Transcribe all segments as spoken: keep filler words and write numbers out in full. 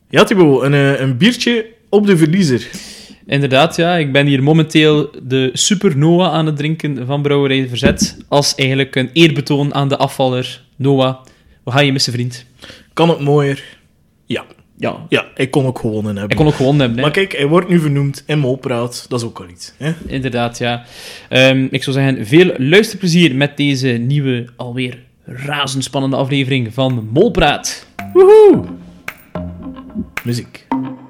Ja, Thibaut, een, uh, een biertje op de verliezer. Inderdaad, ja. Ik ben hier momenteel de Super Noah aan het drinken van Brouwerij Verzet. Als eigenlijk een eerbetoon aan de afvaller Noah. We gaan je missen, vriend. Kan het mooier? Ja. Ja. Ja, hij kon ook gewonnen hebben. Hij kon ook gewonnen hebben, hè. Maar kijk, hij wordt nu vernoemd in Molpraat. Dat is ook al iets. Hè? Inderdaad, ja. Um, ik zou zeggen, veel luisterplezier met deze nieuwe, alweer razendspannende aflevering van Molpraat. Woehoe! Muziek.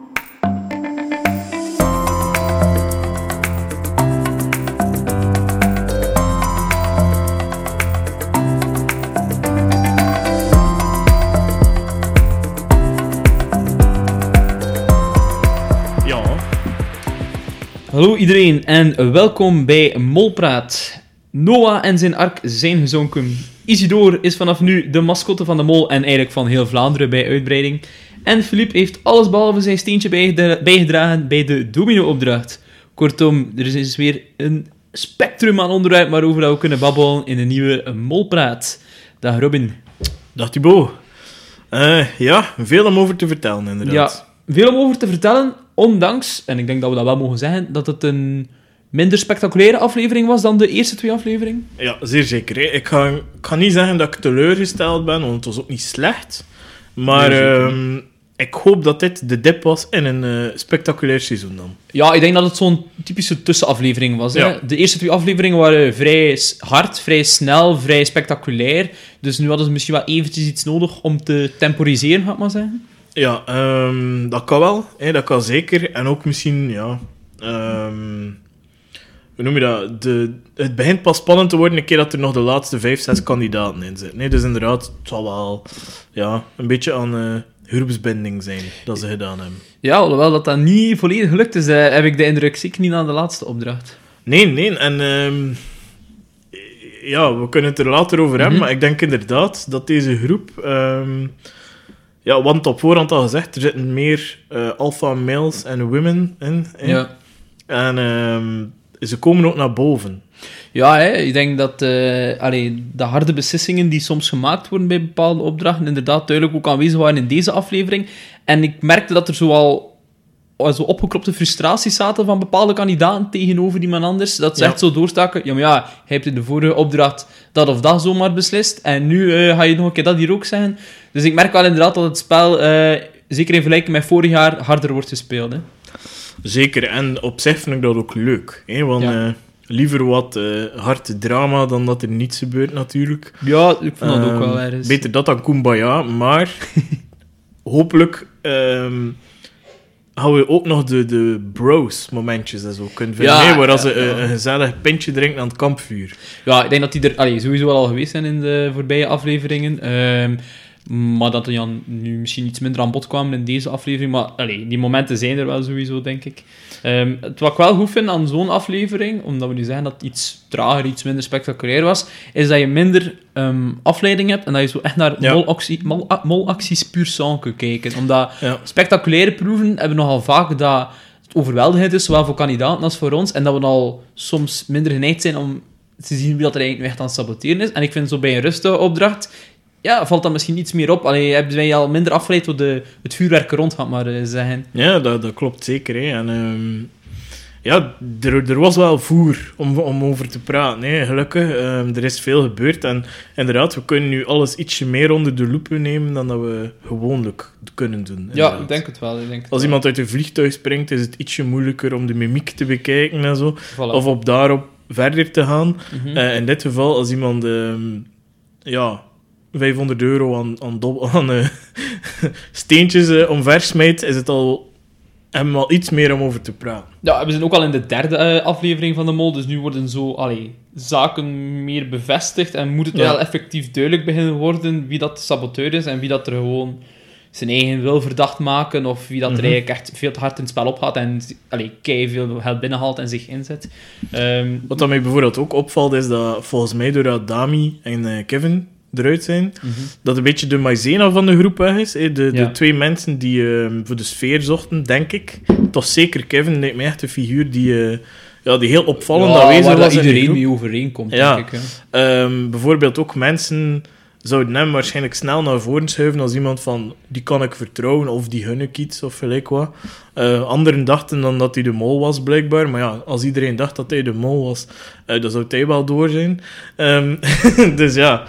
Hallo iedereen en welkom bij Molpraat. Noah en zijn ark zijn gezonken. Isidore is vanaf nu de mascotte van de mol en eigenlijk van heel Vlaanderen bij uitbreiding. En Philippe heeft allesbehalve zijn steentje bijgedragen bij de domino-opdracht. Kortom, er is weer een spectrum aan onderwerpen waarover we kunnen babbelen in een nieuwe Molpraat. Dag Robin. Dag Thibaut. Uh, ja, veel om over te vertellen inderdaad. Ja, veel om over te vertellen. Ondanks, en ik denk dat we dat wel mogen zeggen, dat het een minder spectaculaire aflevering was dan de eerste twee afleveringen. Ja, zeer zeker. Hè. Ik, ga, ik ga niet zeggen dat ik teleurgesteld ben, want het was ook niet slecht. Maar nee, um, ik hoop dat dit de dip was in een uh, spectaculair seizoen dan. Ja, ik denk dat het zo'n typische tussenaflevering was. Hè. Ja. De eerste twee afleveringen waren vrij hard, vrij snel, vrij spectaculair. Dus nu hadden ze misschien wel eventjes iets nodig om te temporiseren, ga ik maar zeggen. Ja, um, dat kan wel. Hè, dat kan zeker. En ook misschien, ja... Um, hoe noem je dat? De, het begint pas spannend te worden een keer dat er nog de laatste vijf, zes kandidaten in zitten. Nee, dus inderdaad, het zal wel ja, een beetje aan uh, groepsbinding zijn dat ze gedaan hebben. Ja, alhoewel dat dat niet volledig gelukt is, uh, heb ik de indruk, zeker niet aan de laatste opdracht. Nee, nee. En um, ja, we kunnen het er later over mm-hmm. hebben, maar ik denk inderdaad dat deze groep... Um, Ja, want op voorhand al gezegd, er zitten meer uh, alpha males en women in. in. Ja. En um, ze komen ook naar boven. Ja, hè, ik denk dat uh, allee, de harde beslissingen die soms gemaakt worden bij bepaalde opdrachten inderdaad duidelijk ook aanwezig waren in deze aflevering. En ik merkte dat er zoal zo opgekropte frustraties zaten van bepaalde kandidaten tegenover iemand anders. Dat ze ja. echt zo doorstaken. Ja, maar ja, hij heeft in de vorige opdracht dat of dat zomaar beslist. En nu uh, ga je nog een keer dat hier ook zeggen. Dus ik merk wel inderdaad dat het spel, uh, zeker in vergelijking met vorig jaar, harder wordt gespeeld. Hè. Zeker. En op zich vind ik dat ook leuk. Hè? Want ja. uh, liever wat uh, hard drama dan dat er niets gebeurt, natuurlijk. Ja, ik vond dat uh, ook wel ergens. Beter dat dan Kumbaya. Maar hopelijk... Um, gaan we ook nog de, de bros-momentjes en zo kunnen vinden, ja, waar ja, ze ja. een gezellig pintje drinken aan het kampvuur. Ja, ik denk dat die er allee, sowieso al geweest zijn in de voorbije afleveringen. Um, maar dat die dan nu misschien iets minder aan bod kwamen in deze aflevering. Maar allee, die momenten zijn er wel sowieso, denk ik. Um, het wat ik wel goed vind aan zo'n aflevering, omdat we nu zeggen dat het iets trager, iets minder spectaculair was, is dat je minder um, afleiding hebt en dat je zo echt naar ja. molactie, mol, molacties puur sang kunt kijken. Omdat ja. spectaculaire proeven hebben nogal vaak dat het overweldigend is, zowel voor kandidaten als voor ons, en dat we al soms minder geneigd zijn om te zien wie dat er eigenlijk echt aan het saboteren is. En ik vind zo bij een rustige opdracht... Ja, valt dat misschien iets meer op. Allee, ben je al minder afgeleid door de, het vuurwerk rond, gaat maar uh, zeggen. Ja, dat, dat klopt zeker. Hè. En, um, ja, er, er was wel voer om, om over te praten. Hè. Gelukkig, um, er is veel gebeurd. En inderdaad, we kunnen nu alles ietsje meer onder de loep nemen dan dat we gewoonlijk kunnen doen. Inderdaad. Ja, ik denk het wel. Ik denk het Als wel. iemand uit een vliegtuig springt, is het ietsje moeilijker om de mimiek te bekijken en zo. Voilà. Of op daarop verder te gaan. Mm-hmm. Uh, in dit geval, als iemand... Um, ja... vijfhonderd euro aan, aan, do- aan uh, steentjes uh, omver smijt, is het al, hebben we al iets meer om over te praten. Ja, we zijn ook al in de derde uh, aflevering van de Mol, dus nu worden zo allee, zaken meer bevestigd en moet het ja. wel effectief duidelijk beginnen worden wie dat de saboteur is en wie dat er gewoon zijn eigen wil verdacht maken of wie dat mm-hmm. er eigenlijk echt veel te hard in het spel opgaat en allee, kei veel geld binnenhaalt en zich inzet. Um, Wat dat mij bijvoorbeeld ook opvalt, is dat volgens mij doordat Dami en uh, Kevin eruit zijn, mm-hmm. dat een beetje de maïzena van de groep weg is. Hè? De, ja. de twee mensen die uh, voor de sfeer zochten, denk ik. Toch zeker Kevin, lijkt mij echt een figuur die, uh, ja, die heel opvallend ja, aanwezig was in de groep. Waar iedereen mee overeenkomt, ja. denk ik. Ja. Um, bijvoorbeeld ook mensen zouden hem waarschijnlijk snel naar voren schuiven als iemand van, die kan ik vertrouwen, of die gun ik iets, of gelijk wat. Uh, anderen dachten dan dat hij de mol was, blijkbaar. Maar ja, als iedereen dacht dat hij de mol was, uh, dan zou hij wel door zijn. Um, dus ja,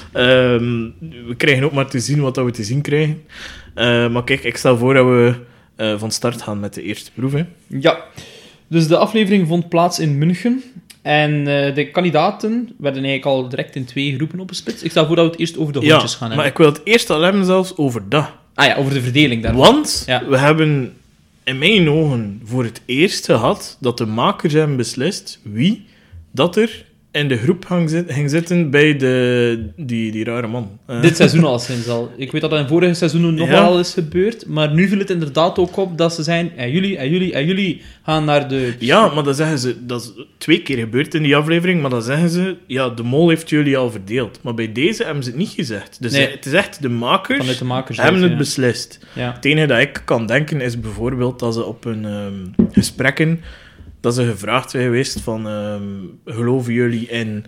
um, we krijgen ook maar te zien wat we te zien krijgen. Uh, maar kijk, ik stel voor dat we uh, van start gaan met de eerste proef. Hè. Ja, dus de aflevering vond plaats in München. En uh, de kandidaten werden eigenlijk al direct in twee groepen opgesplitst. Ik stel voor dat we het eerst over de hondjes ja, gaan hebben. maar ik wil het eerst al hebben zelfs over dat. Ah ja, over de verdeling daarvan. Want ja. we hebben in mijn ogen voor het eerst gehad dat de makers hebben beslist wie dat er in de groep ging, zit, ging zitten bij de, die, die rare man. Uh. Dit seizoen al sinds al. Ik weet dat dat in vorige seizoenen nog ja. wel is gebeurd, maar nu viel het inderdaad ook op dat ze zijn en jullie, en jullie, en jullie gaan naar de... Ja, maar dan zeggen ze... Dat is twee keer gebeurd in die aflevering, maar dan zeggen ze... Ja, de mol heeft jullie al verdeeld. Maar bij deze hebben ze het niet gezegd. Dus nee. het is echt de makers, Vanuit de makers hebben uit, het ja. beslist. Ja. Het enige dat ik kan denken is bijvoorbeeld dat ze op hun um, gesprekken... Dat ze gevraagd zijn geweest van... Um, geloven jullie in...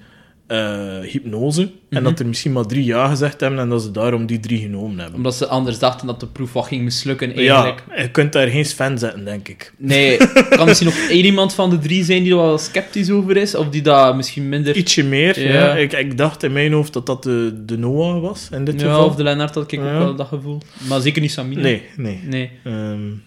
Uh, hypnose. Mm-hmm. En dat er misschien maar drie ja gezegd hebben en dat ze daarom die drie genomen hebben. Omdat ze anders dachten dat de proef wat ging mislukken eigenlijk. Ja, je kunt daar geen Sven zetten, denk ik. Nee, kan misschien nog één iemand van de drie zijn die er wel sceptisch over is, of die daar misschien minder... Ietsje meer, ja. ja. Ik, ik dacht in mijn hoofd dat dat de, de Noah was, in dit ja, geval. of de Lennart had ik ja. ook wel dat gevoel. Maar zeker niet Samina. Nee, nee. nee. Um,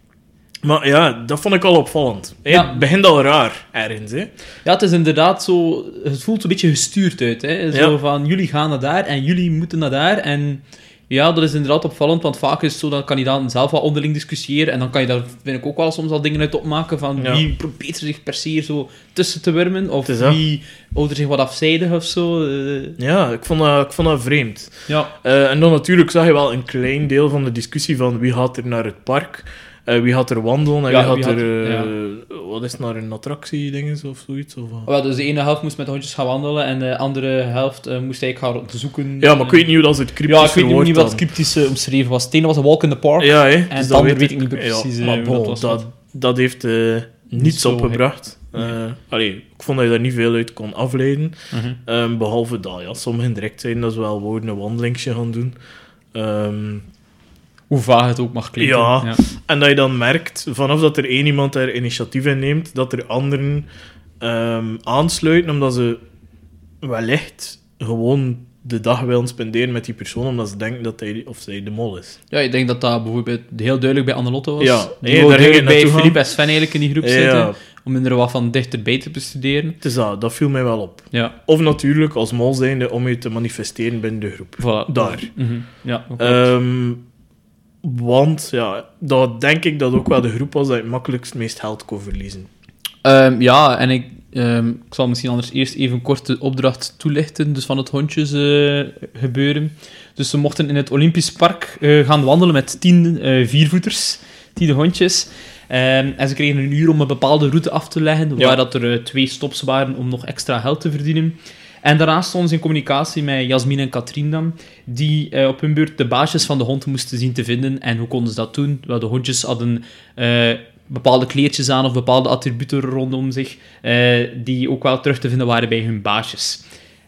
maar ja, dat vond ik al opvallend. Ja. Het begint al raar, ergens, hè. Ja, het is inderdaad zo... Het voelt een beetje gestuurd uit, hè. Zo ja. van, jullie gaan naar daar en jullie moeten naar daar. En ja, dat is inderdaad opvallend, want vaak is het zo dat kandidaten zelf wat onderling discussiëren. En dan kan je daar, vind ik, ook wel soms al dingen uit opmaken van ja. wie probeert er zich per se zo tussen te wurmen, of wie houdt er zich wat afzijdig of zo. Uh... Ja, ik vond dat, ik vond dat vreemd. Ja. Uh, en dan natuurlijk zag je wel een klein deel van de discussie van wie gaat er naar het park... Uh, wie gaat er wandelen en ja, wie gaat wie er... Had, uh, ja. Wat is het, naar een attractie-dinges of zoiets? Of, uh... oh, ja, dus de ene helft moest met de hondjes gaan wandelen en de andere helft uh, moest eigenlijk gaan zoeken. Ja, maar ik weet niet hoe dat het cryptisch Ja, ik weet niet wat het cryptisch uh, omschreven was. Het ene was een walk in the park ja, en dus het andere weet ik niet precies. Ja, maar bon, dat, dat, dat heeft uh, niets zo, opgebracht. Uh, nee. Allee, ik vond dat je daar niet veel uit kon afleiden. Uh-huh. Um, behalve dat, ja, sommigen direct zijn dat ze wel wouden een wandelingsje gaan doen. Um, Hoe vaag het ook mag klinken. Ja, ja, en dat je dan merkt, vanaf dat er één iemand daar initiatief in neemt, dat er anderen um, aansluiten, omdat ze wellicht gewoon de dag willen spenderen met die persoon, omdat ze denken dat hij of zij de mol is. Ja, ik denk dat dat bijvoorbeeld heel duidelijk bij Annelotte was. Ja, die nee, daar ging bij Philippe Philippe en Sven eigenlijk in die groep ja, zitten, ja. om er wat van dichterbij te bestuderen. Het is dat, dat viel mij wel op. Ja. Of natuurlijk als mol zijnde om je te manifesteren binnen de groep. Voilà. Daar. Mm-hmm. Ja, um, want, ja, dat denk ik dat ook wel de groep was dat je het makkelijkst meest geld kon verliezen. Um, ja, en ik, um, ik zal misschien anders eerst even kort de opdracht toelichten, dus van het hondjes uh, gebeuren. Dus ze mochten in het Olympisch Park uh, gaan wandelen met tien uh, viervoeters, tien hondjes. Um, en ze kregen een uur om een bepaalde route af te leggen, ja. waar dat er uh, twee stops waren om nog extra geld te verdienen. En daarnaast stonden ze in communicatie met Jasmin en Katrien dan, die uh, op hun beurt de baasjes van de hond moesten zien te vinden. En hoe konden ze dat doen? Wel, de hondjes hadden uh, bepaalde kleertjes aan of bepaalde attributen rondom zich, uh, die ook wel terug te vinden waren bij hun baasjes.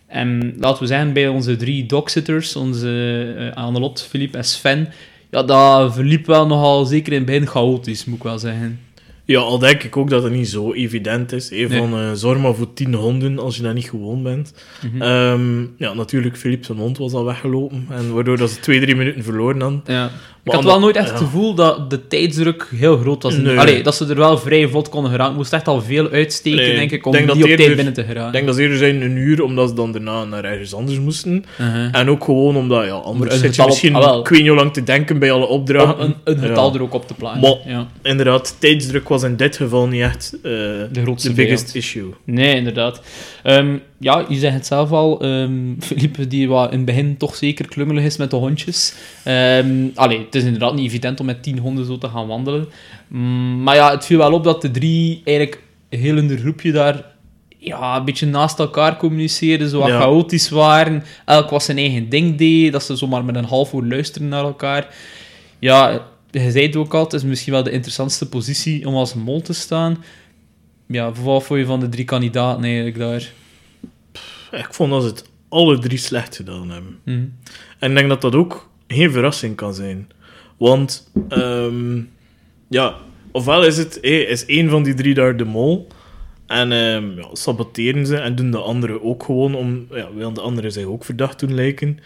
En laten we zeggen, bij onze drie dogsitters, onze uh, Annelot, Philippe en Sven, ja, dat verliep wel nogal, zeker in het begin, chaotisch, moet ik wel zeggen. Ja, al denk ik ook dat het niet zo evident is. Hè, Nee. van uh, zorg maar voor tien honden als je dat niet gewoon bent. Mm-hmm. Um, ja, natuurlijk, Philippe zijn hond was al weggelopen. En waardoor dat ze twee, drie minuten verloren hadden. Ja. Ik Maar had wel nooit echt ja. het gevoel dat de tijdsdruk heel groot was. Nee. Allee, dat ze er wel vrij vlot konden geraken. Het moest echt al veel uitsteken, Nee, denk ik, om denk dat die op tijd eerder- binnen te Ik geraken. denk dat ze eerder zijn een uur, omdat ze dan daarna naar ergens anders moesten. Uh-huh. En ook gewoon omdat, ja, Om anders een zit je getal op- misschien ah, wel. ik weet niet hoe lang te denken bij alle opdrachten. Om een, een getal Ja. er ook op te plaatsen. Maar- Ja. Inderdaad, tijdsdruk was in dit geval niet echt uh, De grootste de biggest vijand. issue. Nee, inderdaad. Um, ja, je zegt het zelf al. Um, Philippe, die wat in het begin toch zeker klungelig is met de hondjes. Um, allee, het is inderdaad niet evident om met tien honden zo te gaan wandelen. Mm, maar ja, het viel wel op dat de drie eigenlijk heel in de groepje daar ja, een beetje naast elkaar communiceerden, zo wat Ja. chaotisch waren. Elk wat zijn eigen ding deed, dat ze zomaar met een half uur luisteren naar elkaar. Ja, je zei het ook al, het is misschien wel de interessantste positie om als mol te staan. Ja, wat vond je van de drie kandidaten eigenlijk daar? Ik vond dat ze het alle drie slecht gedaan hebben. Mm. En ik denk dat dat ook geen verrassing kan zijn. Want, um, ja, ofwel is het, hey, is één van die drie daar de mol. En um, ja, saboteren ze en doen de anderen ook gewoon om... Ja, willen de anderen zich ook verdacht doen lijken.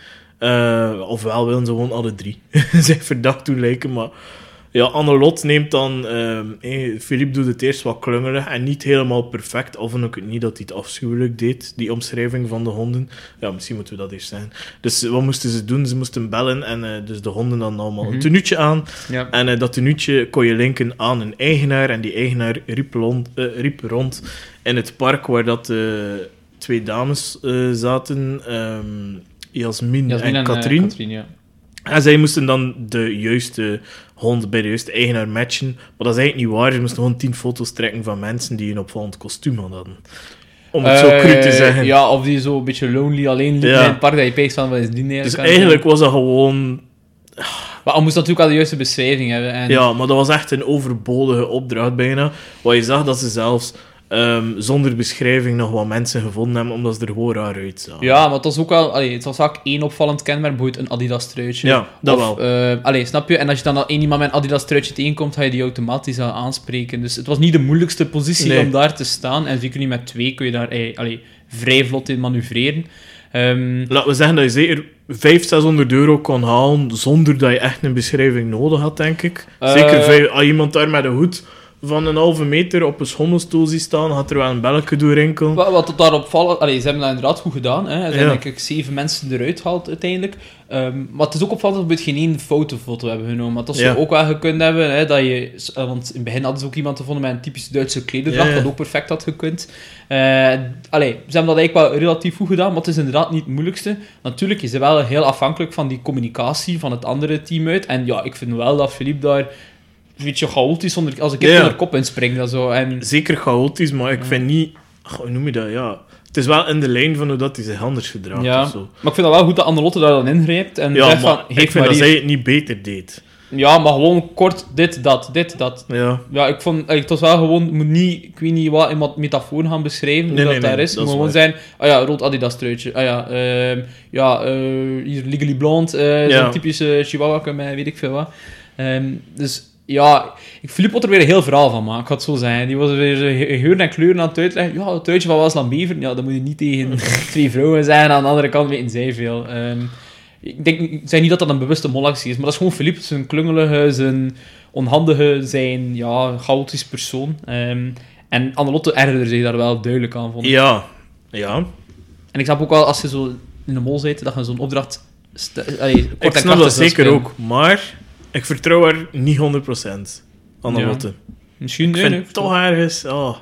Uh, ofwel willen ze gewoon alle drie zich verdacht doen lijken, maar... Ja, Annelot neemt dan... Um, hey, Philippe doet het eerst wat klungelig en niet helemaal perfect. Al vond ik het niet dat hij het afschuwelijk deed, die omschrijving van de honden. Ja, misschien moeten we dat eerst zeggen. Dus wat moesten ze doen? Ze moesten bellen en uh, dus de honden dan allemaal mm-hmm. een tenuutje aan. Ja. En uh, dat tenuutje kon je linken aan een eigenaar. En die eigenaar riep rond, uh, riep rond in het park waar dat uh, twee dames uh, zaten. Um, Jasmin, Jasmin en Katrien. Uh, Katrien ja. En zij moesten dan de juiste hond bij de juiste eigenaar matchen. Maar dat is eigenlijk niet waar. Ze moesten gewoon tien foto's trekken van mensen die een opvallend kostuum hadden. Om het uh, zo cru te zeggen. Ja, of die zo een beetje lonely alleen liepen ja. in het park. Dat je peest van, wat is die eigenlijk? Dus eigenlijk was dat gewoon... Maar je moest natuurlijk al de juiste beschrijving hebben. En... Ja, maar dat was echt een overbodige opdracht bijna. Waar je zag dat ze zelfs... Um, zonder beschrijving nog wat mensen gevonden hebben, omdat ze er gewoon raar uitzagen. Ja, maar het was ook wel... Allee, het was vaak één opvallend kenmerk, bijvoorbeeld een Adidas-truitje. Ja, dat of, wel. Uh, allee, snap je? En als je dan al één iemand met een Adidas-truitje tegenkomt, ga je die automatisch al aanspreken. Dus het was niet de moeilijkste positie nee. om daar te staan. En zeker niet met twee kun je daar allee, allee, vrij vlot in manoeuvreren. Um, Laten we zeggen dat je zeker vijfhonderd, zeshonderd euro kon halen zonder dat je echt een beschrijving nodig had, denk ik. Uh, zeker vijf, als iemand daar met een hoed van een halve meter op een schommelstoel ziet staan, had er wel een belletje doorrinkelen. Wat, wat daarop vallen... Allee, ze hebben dat inderdaad goed gedaan. Hè. Er zijn ja. denk ik zeven mensen eruit gehaald uiteindelijk. Um, maar het is ook opvallend dat we geen één fotofoto hebben genomen. Maar dat ze ja. ook wel gekund hebben. Hè, dat je, want in het begin hadden ze ook iemand gevonden met een typische Duitse klederdracht, ja, ja. dat ook perfect had gekund. Uh, allee, ze hebben dat eigenlijk wel relatief goed gedaan, maar het is inderdaad niet het moeilijkste. Natuurlijk is het wel heel afhankelijk van die communicatie van het andere team uit. En ja, ik vind wel dat Philippe daar... een beetje chaotisch, zonder, als ik even ja. naar kop inspring. Dat zo, en... Zeker chaotisch, maar ik ja. vind niet... Hoe noem je dat? Ja. Het is wel in de lijn van hoe dat hij zich anders gedraagt. Ja. Of zo. Maar ik vind dat wel goed dat Annelotte daar dan ingrijpt. En ja, zegt maar van, ik vind maar dat hier... zij het niet beter deed. Ja, maar gewoon kort dit, dat, dit, dat. Ja. Ja, ik vond... Het was wel gewoon... moet niet, ik weet niet wat in wat metafoor gaan beschrijven, hoe nee, dat nee, daar nee, is. Het moet gewoon zijn... Ah ja, rood Adidas truitje. Ah ja, uh, ja uh, hier Legally Blonde. Uh, ja. Zo'n typische chihuahua met weet ik veel wat. Um, dus... Ja, ik Philippe had er weer een heel verhaal van maken, ik ga het zo zeggen. Die was er weer geuren en kleuren aan het uitleggen. Ja, het truitje van Wasland Bever, ja, dat moet je niet tegen twee vrouwen zeggen. Aan de andere kant weten zij veel. Um, ik denk ik zei niet dat dat een bewuste molactie is, maar dat is gewoon Philippe, zijn klungelige, zijn onhandige, zijn ja, chaotisch persoon. Um, en Annelotte ergerde zich daar wel duidelijk aan, vond ik. Ja, ja. En ik snap ook wel, als je zo in de mol zit, dat je zo'n opdracht... St- allee, kort ik snap dat zeker ook, maar... Ik vertrouw haar niet honderd procent, Annelotte. Ja. Misschien ik nee, vind nee, het toch ergens... Oh,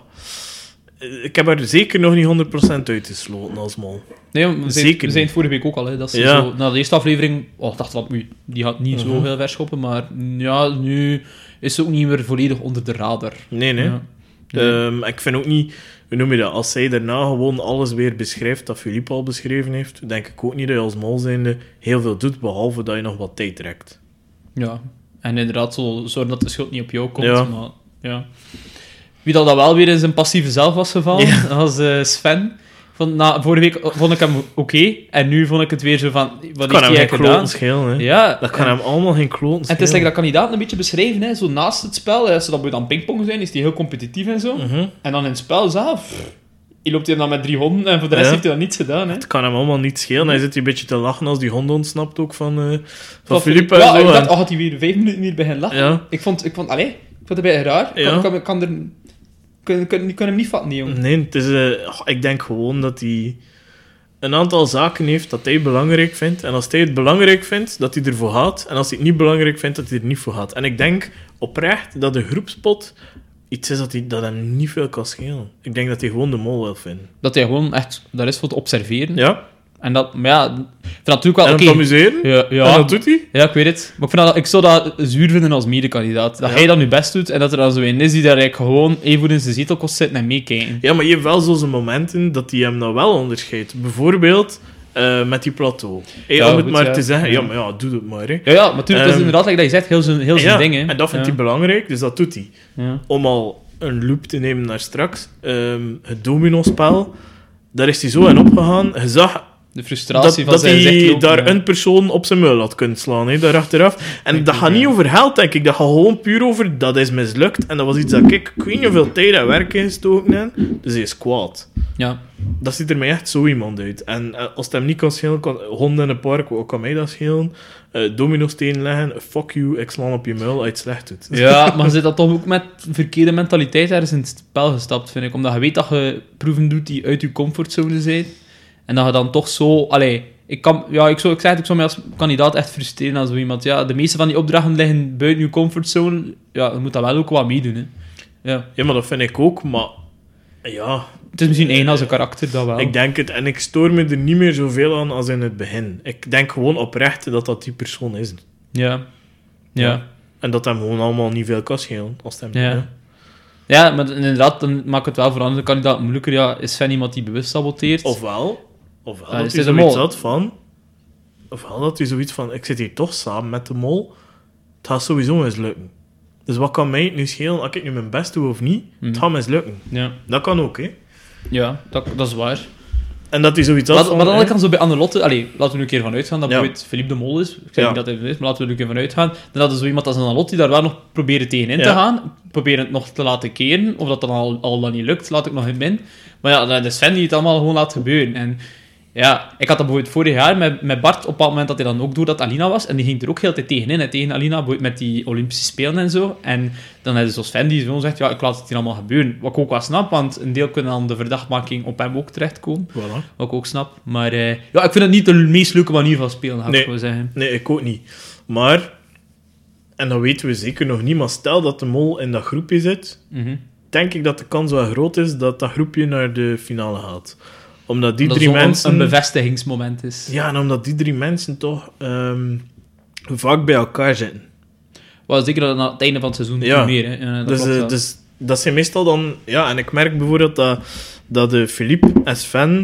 ik heb haar zeker nog niet honderd procent uitgesloten als mol. Nee, we zijn, zeker we zijn het vorige week ook al. Hè, dat ze ja. zo, na de eerste aflevering... Oh, ik dacht, wat, die gaat niet uh-huh. zo heel verschoppen, maar ja, nu is ze ook niet meer volledig onder de radar. Nee, nee. Ja. nee. Um, ik vind ook niet... Hoe noem je dat? Als zij daarna gewoon alles weer beschrijft dat Philippe al beschreven heeft, denk ik ook niet dat je als mol zijnde heel veel doet, behalve dat je nog wat tijd trekt. Ja, en inderdaad zo zorgen dat de schuld niet op jou komt. Ja. Maar, ja. Wie dat, dat wel weer in zijn passieve zelf was gevallen, ja. was uh, Sven. Vond, na, vorige week vond ik hem oké, okay, en nu vond ik het weer zo van... Wat dat kan heeft hem hij gedaan? Schelen, hè? Ja, dat kan en, hem allemaal geen kloten schelen. En het is like dat kandidaat een beetje beschrijven, hè, zo naast het spel. Als ze dat dan pingpong zijn, is hij heel competitief en zo. Uh-huh. En dan in het spel zelf... Hij loopt hier dan met drie honden en voor de rest ja. heeft hij dat niets gedaan. Hè? Het kan hem allemaal niet schelen. Hij zit hier een beetje te lachen als die hond ontsnapt ook van, uh, van Philippe. Ja, en zo, ik dacht, en... oh, had hij weer vijf minuten meer beginnen lachen. Ja. Ik vond, ik vond, allee, ik vond het een beetje raar. Ik ja. kan, kan, kan er... Kan, kan, kan hem niet vatten, die jongen. Nee, het is, uh, oh, ik denk gewoon dat hij een aantal zaken heeft dat hij belangrijk vindt. En als hij het belangrijk vindt, dat hij ervoor gaat. En als hij het niet belangrijk vindt, dat hij er niet voor gaat. En ik denk oprecht dat de groepspot iets is dat, hij, dat hem niet veel kan schelen. Ik denk dat hij gewoon de mol wil vinden. Dat hij gewoon echt daar is voor te observeren. Ja. En dat, maar ja, ik vind dat natuurlijk wel... En oké. okay. amuseren. Ja, ja. En dat doet hij. Ja, ik weet het. Maar ik, vind dat, ik zou dat zuur vinden als medekandidaat. Dat ja. hij dat nu best doet en dat er dan zo een is die daar eigenlijk gewoon even in zijn zetel kost zitten en meekijken. Ja, maar je hebt wel zo zijn momenten dat hij hem dan wel onderscheidt. Bijvoorbeeld... Uh, met die plateau. Hey, ja, om het goed, maar ja. te zeggen, ja, maar ja, doe het maar. Hè. Ja, ja, maar natuurlijk, um, dat is inderdaad, like dat je zegt, heel zijn, heel zijn ja, ding. Hè. En dat vindt ja. hij belangrijk, dus dat doet hij. Ja. Om al een loop te nemen naar straks. Um, het domino-spel, daar is hij zo in opgegaan. Je zag De frustratie Dat, van dat zijn hij zichtloop, daar ja. een persoon op zijn muil had kunnen slaan, hè, daar achteraf. En Ik dat denk, gaat niet ja. over geld, denk ik. Dat gaat gewoon puur over, dat is mislukt. En dat was iets dat ik, ik weet niet hoeveel tijd en werk in gestoken heb. Dus hij is kwaad. Ja. Dat ziet er mij echt zo iemand uit. En uh, als het hem niet kan schelen, kan honden in een park, wat kan mij dat schelen? Uh, domino-steen leggen, fuck you, ik slaan op je muil als je het slecht doet. Ja, maar je zit dat toch ook met verkeerde mentaliteit ergens in het spel gestapt, vind ik. Omdat je weet dat je proeven doet die uit je comfortzone zijn. En dat je dan toch zo... Allee, ik, kan, ja, ik, zou, ik zeg het, ik zou mij als kandidaat echt frustreren als zo iemand. Ja, de meeste van die opdrachten liggen buiten je comfortzone. Ja, je moet dat wel ook wat meedoen, hè. Ja. Ja, maar dat vind ik ook, maar... Ja, Het is misschien één als een karakter, dat wel. ik denk het. En ik stoor me er niet meer zoveel aan als in het begin. Ik denk gewoon oprecht dat dat die persoon is. Ja. Ja. Ja. En dat hem gewoon allemaal niet veel kan schelen. Als het hem, Ja. ja. Ja, maar inderdaad, dan maakt het wel voor andere kandidaat moeilijker. Ja, is Sven iemand die bewust saboteert? Ofwel, ofwel Ah, dat is hij dit een zoiets mol? had van... Ofwel dat hij zoiets van... Ik zit hier toch samen met de mol. Het gaat sowieso mislukken. Dus wat kan mij het nu schelen als ik nu mijn best doe of niet? Hmm. Het gaat mislukken. Ja, Dat kan ook, hè. ja dat, dat is waar. En dat hij zoiets had Maar, van... maar dan hè, kan zo bij Annelotte... Allee, laten we er een keer van uitgaan dat Ja. bijvoorbeeld Philippe de Mol is. Ik zeg Ja. niet dat hij het is, maar laten we er een keer van uitgaan. Dan hadden zo iemand als een Annelotte die daar wel nog proberen tegenin te Ja. gaan. Proberen het nog te laten keren. Of dat dan al, al dan niet lukt, laat ik nog in min. Maar ja, dan is Sven die het allemaal gewoon laat gebeuren. En ja, ik had dat bijvoorbeeld vorig jaar met, met Bart, op een bepaald moment dat hij dan ook door dat Alina was. En die ging er ook heel de tijd tegenin, hè, tegen Alina, bijvoorbeeld met die Olympische Spelen en zo. En dan is zo Sven die gewoon zegt, ja, ik laat het hier allemaal gebeuren. Wat ik ook wel snap, want een deel kunnen dan de verdachtmaking op hem ook terechtkomen. Voilà. Wat ik ook snap. Maar eh, ja, ik vind het niet de meest leuke manier van spelen, ga ik Nee. gewoon zeggen. Nee, ik ook niet. Maar... En dat weten we zeker nog niet. Maar stel dat de mol in dat groepje zit... Mhm. Denk ik dat de kans wel groot is dat dat groepje naar de finale gaat. Omdat die Dat drie zo'n mensen... een bevestigingsmoment is. Ja, en omdat die drie mensen toch ehm, vaak bij elkaar zitten. Wel, zeker dat aan het einde van het seizoen Ja. meer. Hè. Ja, dat Dus, klopt eh, wel. dus dat zijn meestal dan... Ja, en ik merk bijvoorbeeld dat, dat de Philippe en Sven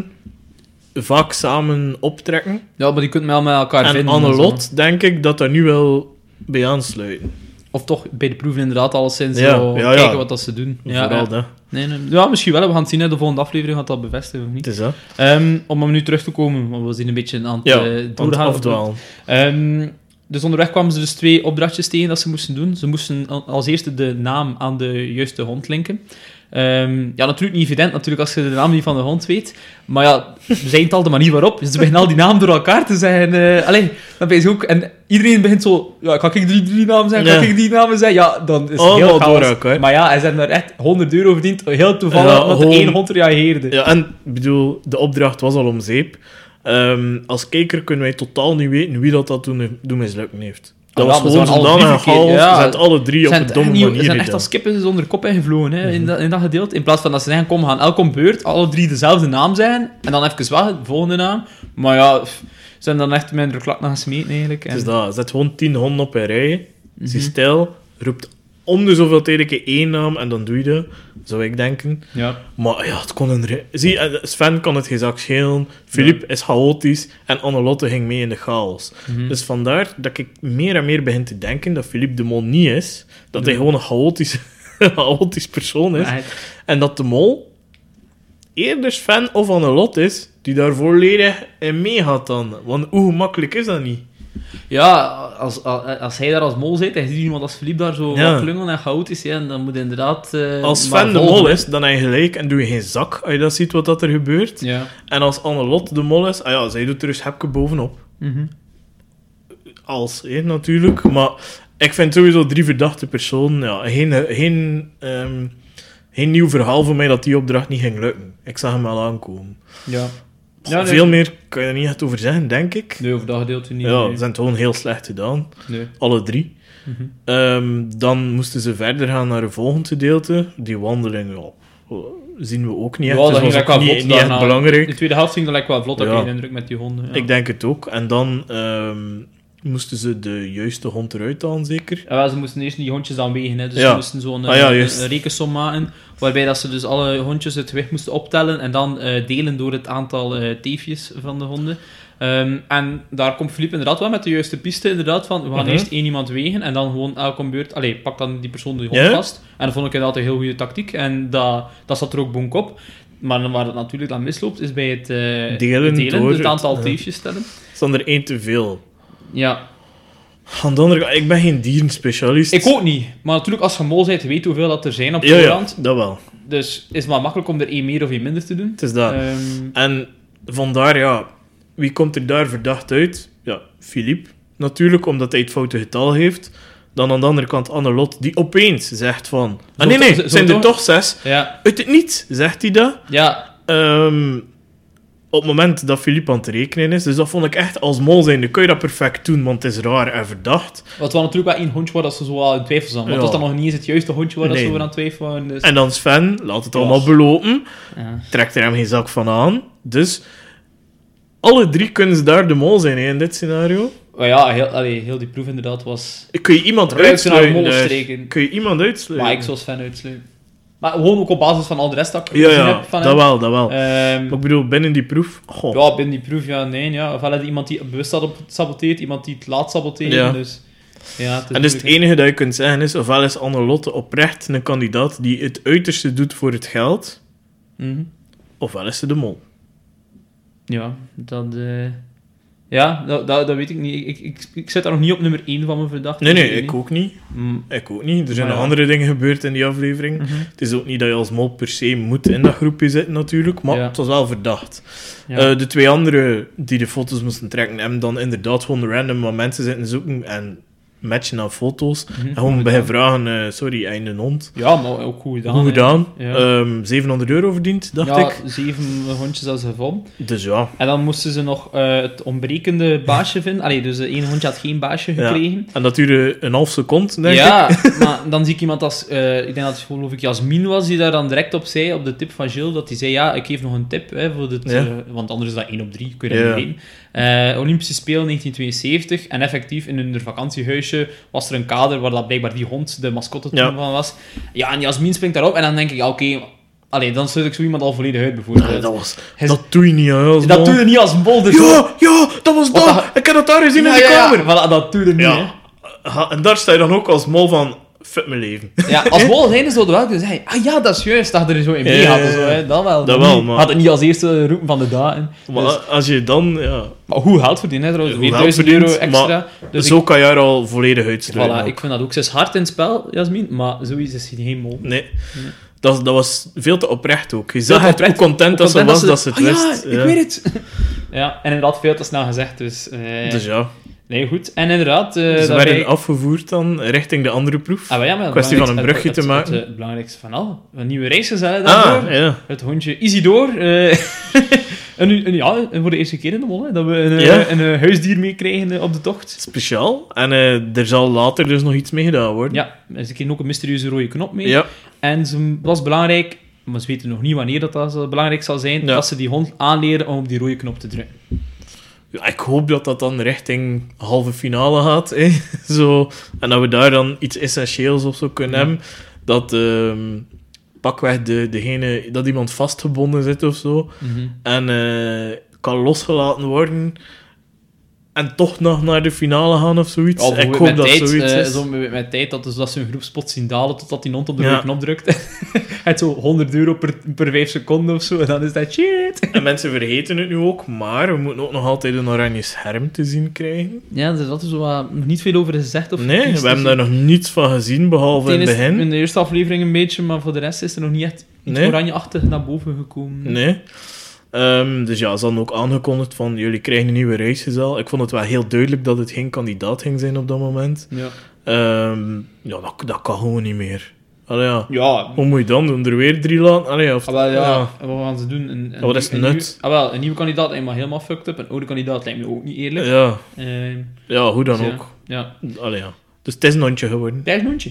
vaak samen optrekken. Ja, maar die kunt wel met elkaar En vinden. Annelot, denk ik, dat daar nu wel bij aansluiten. Of toch bij de proeven inderdaad alleszins Ja, zo ja, ja. kijken wat dat ze doen. Ja, Vooral ja. dat. Nee, nee. Ja, misschien wel. We gaan het zien. Hè. De volgende aflevering gaat dat bevestigen of niet. Het is dat. Ehm, om hem nu terug te komen, want we zien een beetje aan het Ja, eh, aan het doorgaan. afdwalen. Ehm, dus onderweg kwamen ze dus twee opdrachtjes tegen dat ze moesten doen. Ze moesten al- als eerste de naam aan de juiste hond linken. Ehm, ja, natuurlijk niet evident natuurlijk als je de naam niet van de hond weet. Maar ja, we zijn het al de manier waarop. Ze beginnen al die namen door elkaar te zeggen. Uh, allee, dan ben je ook... En iedereen begint zo... Ja, kan ik drie, drie namen zeggen? Kan Ja. ik die namen zeggen? Ja, dan is het Allemaal heel chaos. door elkaar. Maar ja, hij zijn daar echt honderd euro verdiend. Heel toevallig, Ja, omdat gewoon- één hond reageerde. Ja, en ik bedoel, de opdracht was al om zeep. Ehm, als kijker kunnen wij totaal niet weten wie dat, dat toen, toen mislukken heeft. Dat Ah, was wel, gewoon maar ze waren alle zodanig drie verkeerd, chaos. ja. Ze zijn het alle drie op Zijn een het domme echt niet- manier Ze zijn echt gedaan. als kippen zonder kop ingevlogen hè, in, Mhm. dat, in dat gedeelte. In plaats van dat ze zeggen, kom, we gaan elk om beurt, alle drie dezelfde naam zijn, en dan even weg, de volgende naam. Maar ja, pff, ze zijn dan echt minder klak naar gesmeten eigenlijk. En, Het is dat. Zet gewoon tien honden op een rij. Mhm. Zie stijl. Roept om de zoveel tijd een keer één naam en dan doe je dat. Zou ik denken. Ja. Maar ja, het kon een... re- Zie, eh, Sven kan het geen zak schelen. Philippe is chaotisch. En Annelotte ging mee in de chaos. Mhm. Dus vandaar dat ik meer en meer begin te denken dat Philippe de Mol niet is. Dat hij Nee. gewoon een chaotisch, chaotisch persoon is. Maar hij- En dat de Mol eerder Sven of Annelot is, die daar volledig in meegaat dan. Want hoe makkelijk is dat niet? Ja, als, als, als hij daar als mol zit, en je ziet iemand als Philippe daar zo Ja. wat klungelen en chaotisch zijn, dan moet hij inderdaad... eh, Als maar Sven de volgen. Mol is, dan heb je gelijk en doe je geen zak als je dat ziet wat dat er gebeurt. Ja. En als Annelot de Mol is, ah ja, zij doet er een schepje bovenop. Mhm. Als, hè, natuurlijk. Maar ik vind sowieso drie verdachte personen, ja, geen, geen, ehm, geen nieuw verhaal voor mij dat die opdracht niet ging lukken. Ik zag hem al aankomen. Ja. Goh, Ja, nee. Veel meer kan je er niet echt over zeggen, denk ik. Nee, over dat gedeelte niet. Ja, nee. ze zijn het gewoon heel slecht gedaan. Nee. Alle drie. Mhm. Ehm, dan moesten ze verder gaan naar een volgend gedeelte. Die wandeling, ja, zien we ook niet echt. Ja, dat dus ging was lekker ook wel niet, vlot niet echt daarna. belangrijk. De tweede helft ging dan lekker wel vlot, heb Ja. ik de indruk, met die honden. Ja. Ik denk het ook. En dan ehm, moesten ze de juiste hond eruit halen, zeker. Ja, wel, ze moesten eerst die hondjes aanwegen, hè. Dus Ja. ze moesten zo'n Ah, ja, een, juist. een rekensom maken, waarbij dat ze dus alle hondjes het gewicht moesten optellen en dan eh, delen door het aantal eh, teefjes van de honden. Ehm, en daar komt Philippe inderdaad wel met de juiste piste, inderdaad, van we gaan Mhm. eerst één iemand wegen en dan gewoon elke beurt, allee, pak dan die persoon de hond Ja. vast. En dat vond ik inderdaad een heel goede tactiek en dat, dat zat er ook bonk op. Maar waar het natuurlijk dan misloopt, is bij het uh, delen, delen door het aantal het, teefjes stellen. Is dan er één te veel. Ja. Aan de andere kant, ik ben geen dierenspecialist. Ik ook niet. Maar natuurlijk, als je mol bent, weet je hoeveel dat er zijn op Ja, voorhand. ja, dat wel. Dus is het maar makkelijk om er één meer of één minder te doen. Het is dat. Um, En vandaar, ja, wie komt er daar verdacht uit? Ja, Philippe. Natuurlijk, omdat hij het foute getal heeft. Dan aan de andere kant Annelot, die opeens zegt van... Ah, nee, nee, zo- het zijn zo er toch? toch zes. ja. Uit het niets, zegt hij dat. Ja. Ehm, op het moment dat Philippe aan het rekenen is. Dus dat vond ik echt, als mol zijnde, kun je dat perfect doen, want het is raar en verdacht. Wat wel natuurlijk wel één hondje waar dat ze zo wel in twijfel zijn. Want Ja. dat is dan nog niet eens het juiste hondje waar dat ze Nee. over aan het twijfelen waren. Dus... En dan Sven, laat het Ja. allemaal belopen. Ja. Trekt er hem geen zak van aan. Dus alle drie kunnen ze daar de mol zijn, hè, in dit scenario. Maar ja, heel, allee, heel die proef inderdaad was... Kun je iemand Ruiten naar uitsluiten? mollen daar? streken. Kun je iemand uitsluiten? Maar ik zou Sven uitsluiten. Maar gewoon ook op basis van al de rest dat ik Ja, gezien ja, heb van dat hem. wel, dat wel. Ehm, Maar ik bedoel, binnen die proef... Goh. ja, binnen die proef, ja, nee. Ja. Ofwel had je iemand die bewust had op saboteert, iemand die het laat saboteren. Ja. Dus, ja, het is En dus het moeilijk, enige dat je kunt zeggen is, ofwel is Annelotte oprecht een kandidaat die het uiterste doet voor het geld, hè. Mhm. ofwel is ze de mol. Ja, dat... eh, Ja, dat, dat, dat weet ik niet. Ik, ik, ik zit daar nog niet op nummer één van mijn verdachte. Nee, nee, Dus ik ook niet. Mm, Ik ook niet. Er zijn Maar nog ja. andere dingen gebeurd in die aflevering. mhm. Het is ook niet dat je als mol per se moet in dat groepje zitten, natuurlijk. Maar Ja. het was wel verdacht. Ja. Eh, de twee anderen die de foto's moesten trekken, hebben dan inderdaad gewoon random wat mensen zitten zoeken en matchen aan foto's. Mhm. En gewoon beginnen vragen, eh, sorry, einde een hond. Ja, maar ook goed gedaan. Hoe hè. gedaan? Ja. Ehm, zevenhonderd euro verdiend, dacht ja, ik. zeven hondjes als ze gevonden. Dus ja. En dan moesten ze nog eh, het ontbrekende baasje vinden. Allee, dus de ene hondje had geen baasje Ja. gekregen. En dat duurde een half seconde, denk ik. Ja, maar dan zie ik iemand als... eh, ik denk dat het geloof ik Jasmin was, die daar dan direct op zei, op de tip van Gilles, dat hij zei, ja, ik geef nog een tip, hè, voor dit, Ja. eh, want anders is dat één op drie, kun je dat Ja. niet weten. Eh, Olympische Spelen negentien tweeënzeventig, en effectief in hun vakantiehuisje was er een kader waar dat blijkbaar die hond de mascotte toen Ja. van was. Ja, en Jasmin springt daarop, en dan denk ik, ja, oké, allee, dan sluit ik zo iemand al volledig uit, bijvoorbeeld. Nee, dat, was, Hij- dat doe je niet, hè, als dat mol. doe je niet als bol, dus Ja, ja, dat was Wat dat. dat- Ik heb dat daar gezien ja, in de ja, ja, kamer. voilà, dat doe je niet, hè. Ja. Ha, en daar sta je dan ook als mol van, fuck mijn leven. Ja, als mol zijn ze wel kunnen zeggen, ah ja, dat is juist, dat je er zo in mee Ja, had ja, en zo, ja. hè. Dat wel. Dat Maar wel, niet- maar- Had het niet als eerste roepen van de dagen. Maar Dus- als je dan, ja... Maar hoe geld verdienen, hè, trouwens? Hoe geld vierduizend euro verdient, extra. Dus zo kan je er al volledig uitsluiten. ik, voilà, ook. ik vind dat ook. Ze is hard in het spel, Jasmin, maar zoiets is geen mol. Nee. Dat, dat was veel te oprecht ook. Je zag te het oprecht. hoe content dat ze Content was dat ze het ah, wist. Ja, ik weet het. Ja, en inderdaad veel te snel gezegd, dus... eh, Dus ja, Nee, goed. En inderdaad... eh ze daarbij- werden afgevoerd dan richting de andere proef. Ah, maar ja, maar het Kwestie van een belangrijkste- brugje het- te het- maken. Het, het belangrijkste van al. Een nieuwe reisgezel daarvoor. Ah, ja. Het hondje Isidor. eh een, een, ja, voor de eerste keer in de mol, hè, dat we een, Ja. een, een huisdier meekrijgen eh, op de tocht. Speciaal. En eh, er zal later dus nog iets mee gedaan worden. Ja, er kreeg ook een mysterieuze rode knop mee. Ja. En ze was belangrijk, maar ze weten nog niet wanneer dat, dat zo belangrijk zal zijn, Ja. dat ze die hond aanleren om op die rode knop te drukken. Ja, ik hoop dat dat dan richting halve finale gaat. Hè. Zo. En dat we daar dan iets essentieels of zo kunnen Ja. hebben. Dat ehm, pakweg de, degene, dat iemand vastgebonden zit of zo. En eh, kan losgelaten worden. En toch nog naar de finale gaan of zoiets. Al ik met hoop dat tijd, zoiets eh, is. Zo met, met tijd dat, dus, dat ze een groepspot zien dalen totdat die hond op de Ja. rode knop drukt. Het zo honderd euro per, per vijf seconden of zo. En dan is dat shit. En mensen vergeten het nu ook, maar we moeten ook nog altijd een oranje scherm te zien krijgen. Ja, er is altijd zo wat, nog niet veel over gezegd. Of Nee, iets we hebben te daar nog niets van gezien, behalve in zien. het Het is begin. in de eerste aflevering een beetje, maar voor de rest is er nog niet echt iets Nee. oranje-achtig naar boven gekomen. Nee. Ehm, dus ja, ze hadden ook aangekondigd van, jullie krijgen een nieuwe reisgezel. Ik vond het wel heel duidelijk dat het geen kandidaat ging zijn op dat moment. Ja. Ehm, ja, dat, dat kan gewoon niet meer. Allee, ja. Ja, Hoe moet je dan doen? Er weer drie laten? Allee, of, ah, wel, ja. ja. En wat gaan ze doen? Een, een, wat is het een nut? nieuw- ah, wel, een nieuwe kandidaat lijkt me helemaal fucked up. Een oude kandidaat lijkt me ook niet eerlijk. Ja. Ehm, Ja, hoe dan dus ja. ook. Ja, Allee, ja. Dus het is een hondje geworden. Dijsmondje.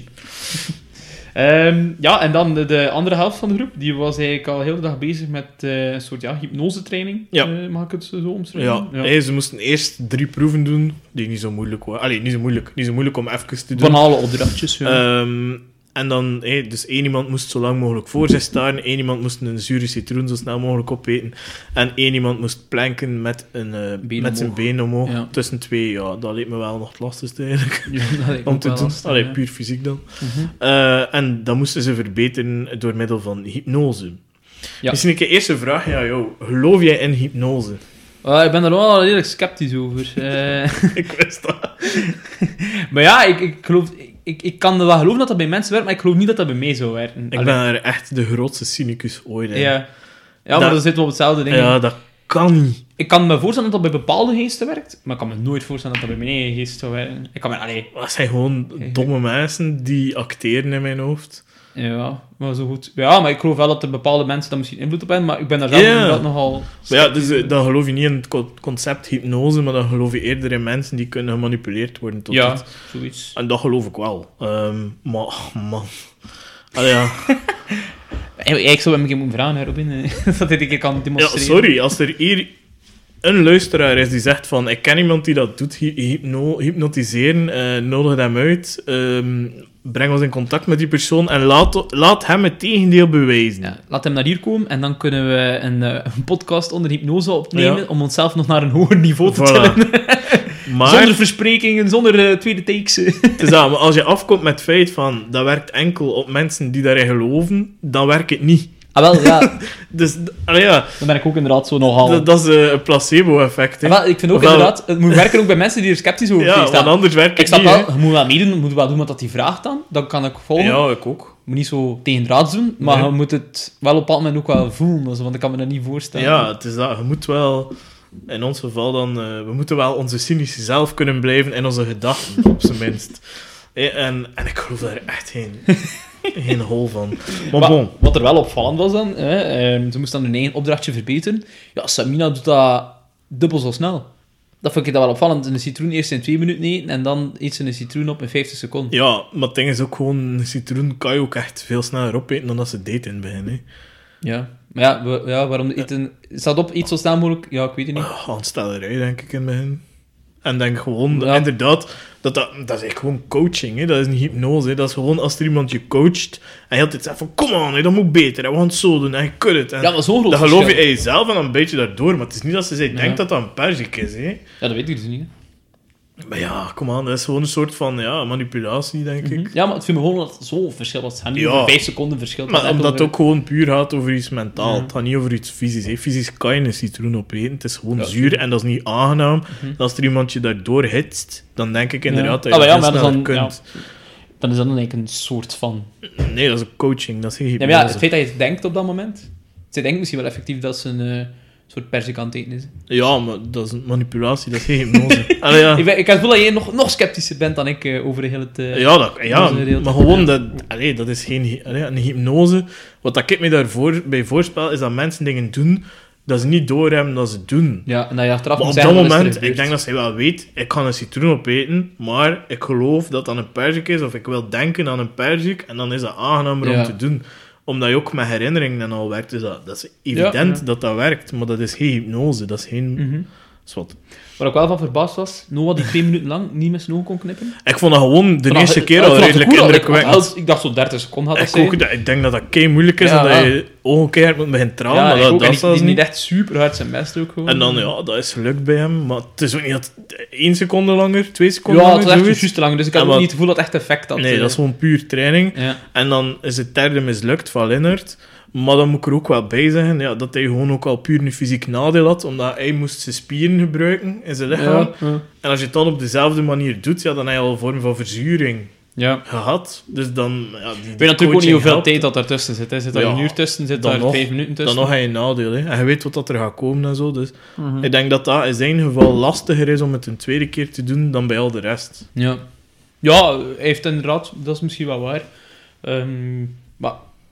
Ehm ja, en dan de, de andere helft van de groep, die was eigenlijk al heel de dag bezig met eh, een soort ja, hypnosetraining. Ja. Eh, mag ik het zo omschrijven? Ja, hey, ze moesten eerst drie proeven doen, die niet zo moeilijk waren. Allee, niet zo moeilijk. Niet zo moeilijk om even te doen. Banale opdrachtjes. Ja. Ehm, en dan, hey, dus één iemand moest zo lang mogelijk voor zich staan, één iemand moest een zure citroen zo snel mogelijk opeten, en één iemand moest planken met, een, eh, Been met zijn omhoog. been omhoog. Ja. Tussen twee, ja, dat leek me wel nog het lastigste eigenlijk, Ja, dat lijkt me om ook te wel doen. lastig, Allee, ja. puur fysiek dan. Mhm. Eh, en dat moesten ze verbeteren door middel van hypnose. Ja. Misschien een keer eerste vraag. Ja, joh. Geloof jij in hypnose? Uh, ik ben er wel redelijk sceptisch over. Uh... ik wist dat. maar ja, ik, ik geloof... Ik, ik kan wel geloven dat dat bij mensen werkt, maar ik geloof niet dat dat bij mij zou werken. Ik Allee. ben er echt de grootste cynicus ooit in. Ja, ja dat, maar dan zitten we op hetzelfde ding. Ja, dat kan niet. Ik kan me voorstellen dat dat bij bepaalde geesten werkt, maar ik kan me nooit voorstellen dat dat bij mijn eigen geest zou werken. Ik kan me... Allee. Dat zijn gewoon domme mensen die acteren in mijn hoofd. Ja, maar zo goed. Ja, maar ik geloof wel dat er bepaalde mensen daar misschien invloed op hebben, maar ik ben daar zelf yeah. nogal... Maar ja, dus uh, dan geloof je niet in het concept hypnose, maar dan geloof je eerder in mensen die kunnen gemanipuleerd worden tot ja, iets. zoiets. En dat geloof ik wel. Um, maar, oh, man... Allee, ja... Ik zou hem een keer moeten vragen, hè, Robin, dat dit een keer kan demonstreren. Ja, sorry, als er hier een luisteraar is die zegt van ik ken iemand die dat doet, hypno, hypnotiseren, uh, nodig hem uit, um, breng ons in contact met die persoon en laat, laat hem het tegendeel bewijzen. Ja, laat hem naar hier komen en dan kunnen we een, uh, een podcast onder hypnose opnemen ja. om onszelf nog naar een hoger niveau te voilà. tillen. Maar, zonder versprekingen, zonder uh, tweede takes. Het is dat, maar als je afkomt met het feit van dat werkt enkel op mensen die daarin geloven, dan werkt het niet. Ah, wel, ja. dus, allee, ja. Dan ben ik ook inderdaad zo nogal... Dat, dat is uh, een placebo-effect. Ah, wel, ik vind ook Ofwel... inderdaad... Het moet werken ook bij mensen die er sceptisch over ja, staan. want anders werkt ik het niet. Wel, je moet wel meedoen, je moet wel doen wat dat die vraagt dan. Dan kan ik volgen. Ja, ik ook. Je moet niet zo tegendraads doen, maar nee. je moet het wel op een bepaald moment ook wel voelen. Dus, want ik kan me dat niet voorstellen. Ja, het is dat. Je moet wel... In ons geval dan... Uh, we moeten wel onze cynische zelf kunnen blijven in onze gedachten, op zijn minst. En, en ik geloof daar echt geen... Geen hol van. Maar maar, bon. wat er wel opvallend was dan, hè, eh, ze moest dan hun eigen opdrachtje verbeteren. Ja, Samina doet dat dubbel zo snel. Dat vond ik dat wel opvallend. Een citroen eerst in twee minuten eten en dan eet ze een citroen op in vijftig seconden. Ja, maar het ding is ook gewoon, een citroen kan je ook echt veel sneller opeten dan dat ze deed in het begin. Hè. Ja, maar ja, we, ja waarom eten... Staat op, eet zo snel mogelijk? Ja, ik weet het niet. Uh, aanstellerij, denk ik, in het begin. En denk gewoon, ja. inderdaad, dat, dat, dat is echt gewoon coaching. Hè? Dat is niet hypnose. Hè? Dat is gewoon als er iemand je coacht en je altijd zegt van, kom aan, dat moet beter. En we gaan het zo doen en je kunt het. En ja, maar zo'n groot dan geloof je verschil. in jezelf en dan een beetje daardoor. Maar het is niet dat ze zei, Ja. denkt dat dat een perzik is. Hè? Ja, dat weet ik dus niet. Hè. Maar ja, kom aan, dat is gewoon een soort van ja, manipulatie, denk ik. Mm-hmm. Ja, maar het vind me gewoon dat het zo'n verschil was. Het gaat niet Ja. over vijf seconden verschil. Maar omdat het ook gewoon puur gaat over iets mentaal. Ja. Het gaat niet over iets fysisch. Hè. Fysisch kan je een citroen opeten. Het is gewoon Ja, zuur en dat is niet aangenaam. Mm-hmm. Als er iemand je daardoor hitst, dan denk ik inderdaad Ja. dat je Ah, dat ja, veel maar dat sneller is dan- kunt. Dan is dat dan eigenlijk een soort van... Nee, dat is een coaching. Dat is geen Ja, hypnose. maar ja, het feit dat je het denkt op dat moment... Zij denkt misschien wel effectief dat ze een uh, soort persik aan het eten is. Ja, maar dat is een manipulatie. Dat is geen hypnose. Allee, ja. Ik, ben, ik heb het gevoel dat jij nog, nog sceptischer bent dan ik uh, over heel het... Uh, Ja, dat, ja dat is maar gewoon, dat, allee, dat is geen hy- allee, een hypnose. Wat dat ik me daarvoor bij voorspel, is dat mensen dingen doen dat ze niet doorhebben dat ze doen. Ja, en dat je achteraf Maar moet op zeggen... dat wat is er moment, gebeurd. ik denk dat zij wel weet, ik kan een citroen opeten, maar ik geloof dat dat een perzik is, of ik wil denken aan een perzik, en dan is dat aangenamer Ja. om te doen. Omdat je ook met herinneringen en al werkt, dus dat, dat is evident Ja, ja. dat dat werkt, maar dat is geen hypnose, dat is geen... Mhm. Zwat. Waar ik wel van verbaasd was, Noah die twee minuten lang niet met zijn ogen kon knippen. Ik vond dat gewoon de Vanaf- eerste keer ik al vond het redelijk goed, ik- indrukwekkend. Ik, ik dacht zo dertig seconden had dat Ik, zijn. ook, dat- ik denk dat dat kei moeilijk is, Ja, en dat ja. je ogen keihard moet beginnen tranen, Ja, maar ik dat, ook, dat en is die, die zelfs is niet niet. echt super hard zijn best ook gewoon. En dan, ja, dat is gelukt bij hem, maar het is ook niet dat één seconde langer, twee seconden Ja, het langer, was echt zoiets. juist te lang, dus ik had En ook wat- niet het gevoel dat het echt effect had. Nee, eh. dat is gewoon puur training. Ja. En dan is het derde mislukt van Lennart. Maar dan moet ik er ook wel bij zeggen ja, dat hij gewoon ook al puur een fysiek nadeel had, omdat hij moest zijn spieren gebruiken in zijn lichaam. Ja, ja. En als je het dan op dezelfde manier doet, ja, dan heb je al een vorm van verzuring ja. gehad. Dus dan... Ja, die, Ik weet natuurlijk ook niet coaching hoeveel helpt. tijd dat ertussen zit. Hè. Zit daar Ja, een uur tussen, zit dan daar nog- vijf minuten Dan tussen. nog heb je een nadeel. Hè. En je weet wat dat er gaat komen en zo. Dus Mhm. ik denk dat dat in zijn geval lastiger is om het een tweede keer te doen dan bij al de rest. Ja. Ja, hij heeft inderdaad, dat is misschien wel waar. Ehm, maar,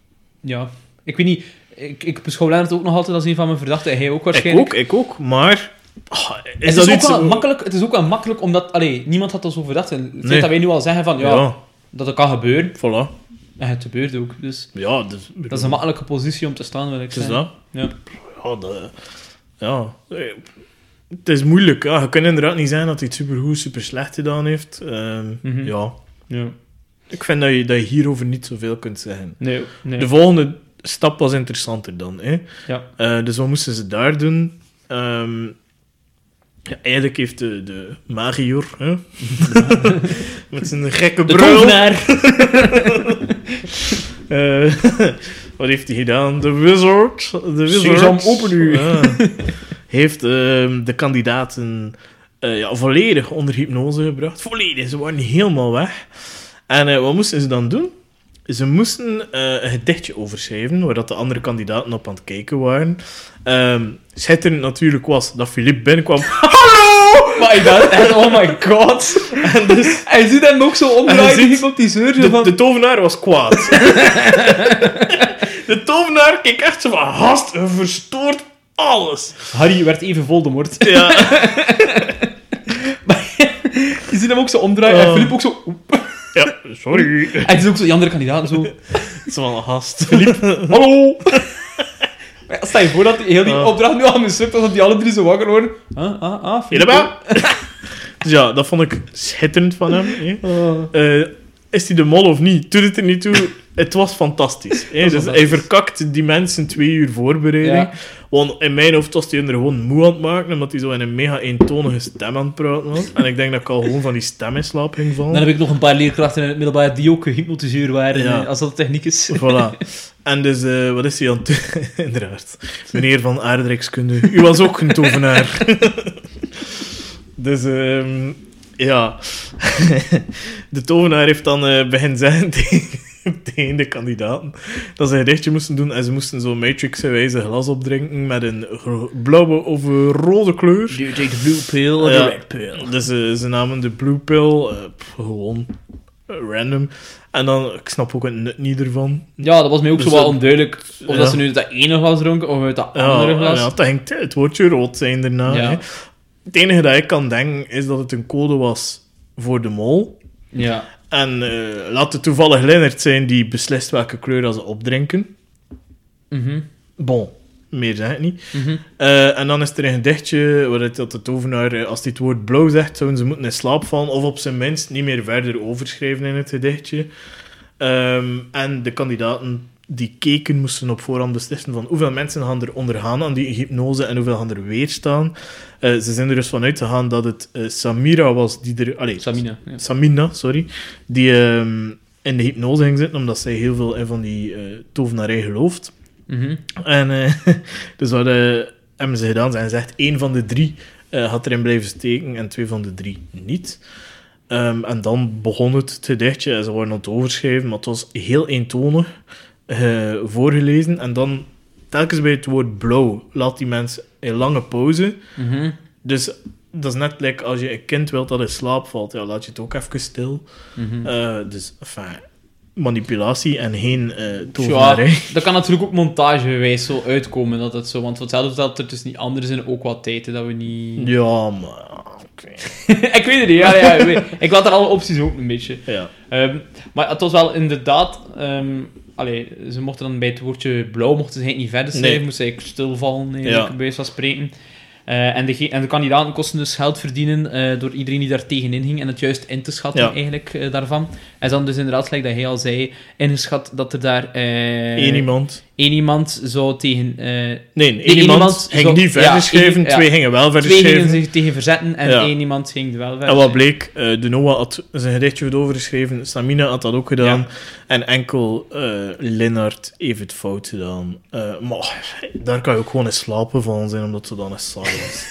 ja, ik weet niet. Ik, ik beschouw Lennart ook nog altijd als een van mijn verdachten. Hij ook Ik waarschijnlijk. ook, ik ook. Maar... ah, is Het dat is, ook iets... wel makkelijk, het is ook wel makkelijk, omdat... Allee, niemand had dat zo verdacht. En het feit Nee. dat wij nu al zeggen van, ja, Ja, dat het kan gebeuren. voilà. En het gebeurt ook. Dus Ja, dus, dat is een makkelijke positie om te staan, wil ik Het is zeggen. dat. Ja. Ja, dat... Ja... eh, Het is moeilijk. Ja. Je kunt inderdaad niet zeggen dat hij het supergoed, super slecht gedaan heeft. Ehm, Mhm. Ja. Ja. Ik vind dat je, dat je hierover niet zoveel kunt zeggen. Nee, nee. De volgende stap was interessanter dan. Hè. Ja. Eh, dus wat moesten ze daar doen? Ehm, ja, eigenlijk heeft de, de magior... Hè? met zijn gekke De bril... tovenaar! Eh, Wat heeft hij gedaan? De wizard. De wizard. Sesam, open u. Ja. Heeft uh, de kandidaten uh, ja, volledig onder hypnose gebracht. Volledig. Ze waren helemaal weg. En uh, wat moesten ze dan doen? Ze moesten uh, een gedichtje overschrijven, waar dat de andere kandidaten op aan het kijken waren. Um, schitterend natuurlijk was dat Philippe binnenkwam. Hallo! My god, echt, oh my god. En dus, Hij ziet hem ook zo omdraaien, ziet- die hypnotiseur. Zo de, van... de tovenaar was kwaad. De tovenaar keek echt zo van, gast, je verstoort alles. Harry werd even Voldemort. Ja. Je ziet hem ook zo omdraaien en Oh. Philippe ook zo... Ja, sorry. En het is ook zo, die andere kandidaten zo... Zo van, gast. Hallo! Maar ja, stel je voor dat die, heel die Ah. opdracht nu al mislukt was, dat die alle drie zo wakker worden. Ah, ah, ah, Philippe. Helemaal. Dus ja, dat vond ik schitterend van hem. Hè. Oh. Uh, is hij de mol of niet? Doet het er niet toe. Het was fantastisch. Hè. was Dus fantastisch. hij verkakt die mensen twee uur voorbereiding. Ja. Want in mijn hoofd was hij er gewoon moe aan het maken, omdat hij zo in een mega eentonige stem aan het praten was. En ik denk dat ik al gewoon van die stem in slaap ging vallen. Dan heb ik nog een paar leerkrachten in het middelbaar die ook gehypnotiseerd waren, Ja. eh, als dat de techniek is. Voilà. En dus, uh, wat is hij aan het doen? Inderdaad. Meneer van aardrijkskunde. U was ook een tovenaar. Dus, um, ja. De tovenaar heeft dan uh, begin zeggen tegen, tegen de kandidaten dat ze een gedichtje moesten doen en ze moesten zo Matrix-wijze glas opdrinken met een gro- blauwe of uh, rode kleur. Do you take the blue pill or Ja. the red pill? Dus uh, ze namen de blue pill, uh, pff, gewoon uh, random. En dan, ik snap ook het nut niet ervan. Ja, dat was mij ook Dus zo wel dat- onduidelijk. Of ja. dat ze nu uit dat ene glas dronken of uit dat Ja, andere glas. ja, dat ging het woordje rood zijn daarna. Ja. Hè. Het enige dat ik kan denken is dat het een code was voor de mol. Ja. En uh, laat het toevallig Lennart zijn die beslist welke kleur dat ze opdrinken. Mhm. Bon, meer zeg ik niet. Mhm. Uh, en dan is er een gedichtje waar het, dat de tovenaar, uh, als hij het woord blauw zegt, zouden ze moeten in slaap vallen. Of op zijn minst niet meer verder overschrijven in het gedichtje. Um, en de kandidaten die keken moesten op voorhand beslissen van hoeveel mensen gaan er ondergaan aan die hypnose en hoeveel gaan er weerstaan. Uh, ze zijn er dus vanuit gegaan dat het uh, Samira was die er... Allee, Samina. Ja. Samina, sorry. Die um, in de hypnose ging zitten, omdat zij heel veel in van die uh, tovenarij gelooft. Mhm. En uh, dus wat uh, hebben ze gedaan? Ze hebben gezegd, één van de drie uh, had erin blijven steken en twee van de drie niet. Um, en dan begon het gedichtje en ze waren aan het overschrijven, maar het was heel eentonig uh, voorgelezen. En dan, telkens bij het woord blauw, laat die mensen een lange pauze. Mhm. Dus dat is net like als je een kind wilt dat in slaap valt, ja, laat je het ook even stil. Mhm. Uh, dus, enfin, manipulatie en geen uh, Ja, tovenarij. dat kan natuurlijk ook montagegewijs zo uitkomen, dat het zo... Want voor hetzelfde vertelt er dus niet anders in ook wat tijd, hè, dat we niet... Ja, maar... Okay. Ik weet het niet, ja, ja, ik, weet- ik laat er alle opties ook een beetje. Ja. Ehm, maar het was wel inderdaad... ehm, allee, ze mochten dan bij het woordje blauw mochten ze eigenlijk niet verder schrijven, Nee. moesten ze eigenlijk stilvallen, eigenlijk, Ja. bij wijze van spreken. Eh, en, de, ge- en de kandidaten kosten dus geld verdienen eh, door iedereen die daar tegenin ging en het juist in te schatten Ja. eigenlijk eh, daarvan. En ze dan dus inderdaad, gelijk dat hij al zei, ingeschat dat er daar eh, Eén iemand. één iemand zou tegen... eh, Nee, één één iemand iemand ging zou- niet verder ja, schrijven, één- ja. twee gingen wel verder twee gingen schrijven. zich tegen verzetten en Ja. één iemand ging wel verder. En wat bleek, uh, de Noah had zijn gedichtje goed overgeschreven, Samina had dat ook gedaan, Ja. en enkel uh, Lennart heeft het fout gedaan. Uh, maar daar kan je ook gewoon in slapen van zijn, omdat ze dan eens saai was.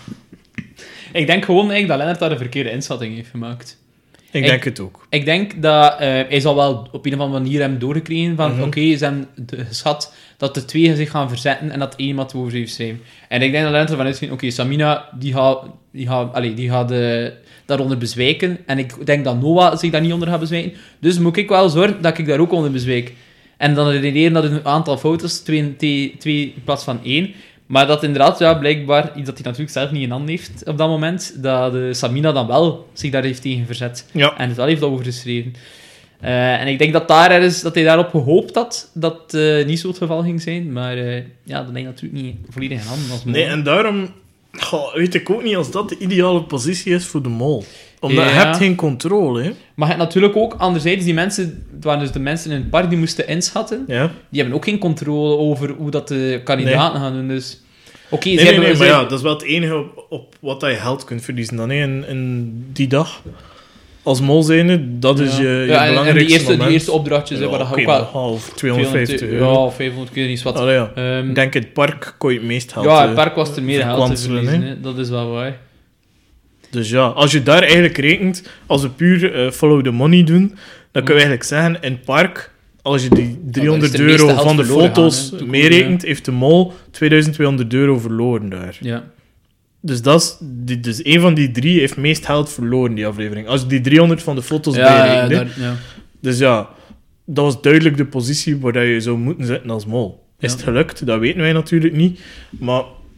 Ik denk gewoon eigenlijk dat Lennart daar een verkeerde inschatting heeft gemaakt. Ik Ik- denk het ook. Ik denk dat uh, hij zal wel op een of andere manier hem doorgekregen van Mhm. oké, ze hebben de- geschat dat de twee zich gaan verzetten en dat één iemand over heeft schrijven. En ik denk dat Lennart ervan uitging, oké, Samina, die gaat, die gaat, allee, die gaat uh, daaronder bezwijken. En ik denk dat Noah zich daar niet onder gaat bezwijken. Dus moet ik wel zorgen dat ik daar ook onder bezwijk. En dan redeneren dat het een aantal foto's, twee, twee, twee in plaats van één. Maar dat inderdaad, ja, blijkbaar, iets dat hij natuurlijk zelf niet in handen heeft op dat moment, dat de Samina dan wel zich daar heeft tegen verzet. Ja. En het wel heeft overgeschreven. Uh, en ik denk dat, daar ergens, dat hij daarop gehoopt had dat het uh, niet zo het geval ging zijn. Maar uh, ja, dat denk ik natuurlijk niet volledig in handen. Als Nee, mol. en daarom goh, weet ik ook niet als dat de ideale positie is voor de mol. Omdat je Ja. hebt geen controle, hè. Maar je hebt natuurlijk ook, anderzijds, die mensen, het waren dus de mensen in het park die moesten inschatten, Ja. die hebben ook geen controle over hoe dat de kandidaten gaan doen. Dus, oké, Nee, ze nee, hebben... nee, ze maar ja, hebben- dat is wel het enige op, op wat dat je geld kunt verliezen dan, hè, in, in die dag. Als mol zijnde, dat is je, je ja, en, en belangrijkste die eerste, moment. die eerste opdrachtjes, hè, Ja, waar dat oké, ook wel... maar half, tweehonderdvijftig euro. Ja, of vijfhonderd keer iets wat. Allee, ja. Ehm, Ik denk in het park kon je het meest geld ja, in eh, het park was er meer geld te verkwanselen, verliezen, hè. hè. Dat is wel waar. Dus ja, als je daar eigenlijk rekent, als we puur eh, follow the money doen, dan kun je eigenlijk zeggen, in het park, als je die driehonderd er meeste euro geld van de verloren foto's gaan, hè. Toen meerekent, heeft de mol tweeduizend tweehonderd euro verloren daar. Ja. Dus, dat is, die, dus een van die drie heeft meest geld verloren, die aflevering. Als je die driehonderd van de foto's Ja, bijrekent. hè. daar, ja. Dus ja, dat was duidelijk de positie waar je zou moeten zitten als mol. Is Ja. het gelukt? Dat weten wij natuurlijk niet. Maar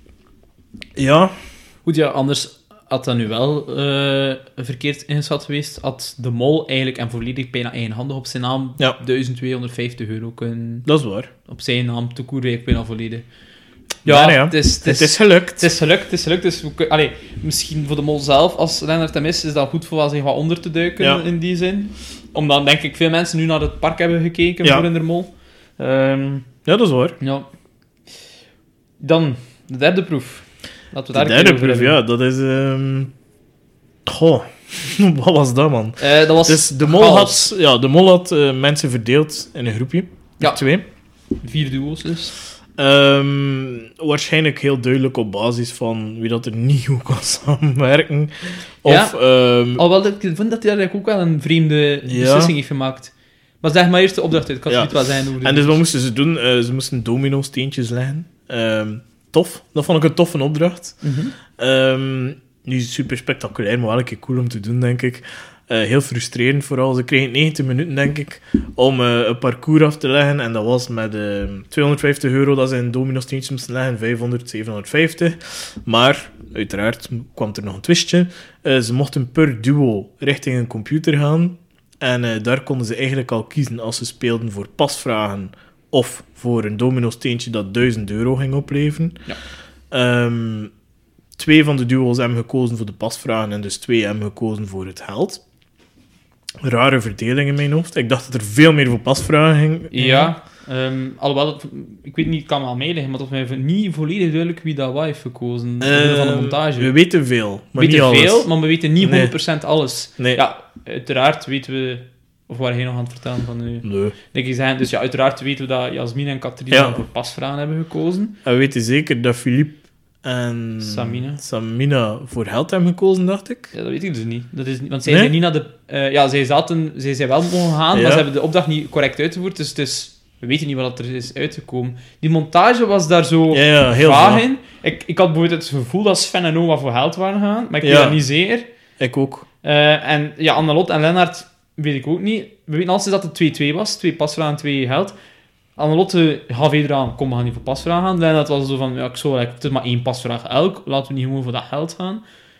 ja, Goed, ja, anders had dat nu wel eh, verkeerd ingeschat geweest. Had de mol eigenlijk en volledig bijna eigenhandig op zijn naam Ja. duizend tweehonderdvijftig euro kunnen... dat is waar. Op zijn naam, te koer eigenlijk bijna volledig. Ja, Ja, ja. Het, is, het, Het is, is gelukt. het is gelukt, het is gelukt. Dus we kun- allee, misschien voor de mol zelf, als Lennart hem is, is dat goed voor wel zich wat onder te duiken Ja. in die zin. Omdat, denk ik, veel mensen nu naar het park hebben gekeken Ja. voor in de mol. Ehm, Ja, dat is waar. ja. Dan, de derde proef. Laten we De daar een derde keer over proef, hebben. ja, dat is... ehm Goh, wat was dat, man? Eh, dat was Dus de mol chaos. had, ja, de mol had eh, mensen verdeeld in een groepje. Ja. Twee. Vier duo's dus. Ehm, waarschijnlijk heel duidelijk op basis van wie dat er niet goed kan samenwerken. Of, ehm, Alhoewel, ik vind dat hij daar eigenlijk ook wel een vreemde Ja. beslissing heeft gemaakt. Maar zeg maar eerst de opdracht uit. Ik kan Ja. het niet wel zijn over de en dus wat duo's. moesten ze doen? Eh, ze moesten domino-steentjes leggen. Ehm, tof. Dat vond ik een toffe opdracht. Mhm. Ehm, niet super spectaculair, maar wel een keer cool om te doen, denk ik. Eh, heel frustrerend vooral. Ze kregen negentig minuten, denk ik, om eh, een parcours af te leggen. En dat was met eh, tweehonderdvijftig euro dat ze in domino-steentjes moesten leggen, vijfhonderd, zevenhonderdvijftig. Maar, uiteraard, kwam er nog een twistje. Eh, ze mochten per duo richting een computer gaan. En eh, daar konden ze eigenlijk al kiezen als ze speelden voor pasvragen of voor een domino-steentje dat duizend euro ging opleveren. Ja. Ehm, twee van de duo's hebben gekozen voor de pasvragen en dus twee hebben gekozen voor het geld. Rare verdeling in mijn hoofd. Ik dacht dat er veel meer voor pasvragen ging. Ja, ehm, alhoewel, het- ik weet niet, het kan wel meeliggen, maar het was mij niet volledig duidelijk wie dat wat heeft gekozen omwille van de Ehm, montage. We weten veel, We maar weten niet alles. veel, maar we weten niet Nee. honderd procent alles. Nee. Ja, uiteraard weten we... Of waar jij nog aan het vertellen van nu? Nee. Denk ik zeggen, dus ja, uiteraard weten we dat Jasmin en Katrien Ja. voor pasvragen hebben gekozen. En we weten zeker dat Philippe en Samina. Samina voor geld hebben gekozen, dacht ik. Ja, dat weet ik dus niet. Dat is, niet- want zij Nee? zijn niet naar de... eh, ja, zij, zaten, zij zijn wel mogen gaan, Ja. maar ze hebben de opdracht niet correct uitgevoerd, dus het is, we weten niet wat er is uitgekomen. Die montage was daar zo Ja, ja, heel vaag vaag. in. Ik, ik had bijvoorbeeld het gevoel dat Sven en Noah voor geld waren gaan, maar ik weet Ja. dat niet zeker. Ik ook. Eh, en ja, Annelot en Lennart weet ik ook niet. We weten altijd dat het twee-twee was. Twee pasvragen en twee geld. Annelotte gaf eerder aan, kom, we gaan niet voor pasvragen gaan. Lennart was zo van, ja, ik zou, het is maar één pasvraag elk. Laten we niet gewoon voor dat geld gaan.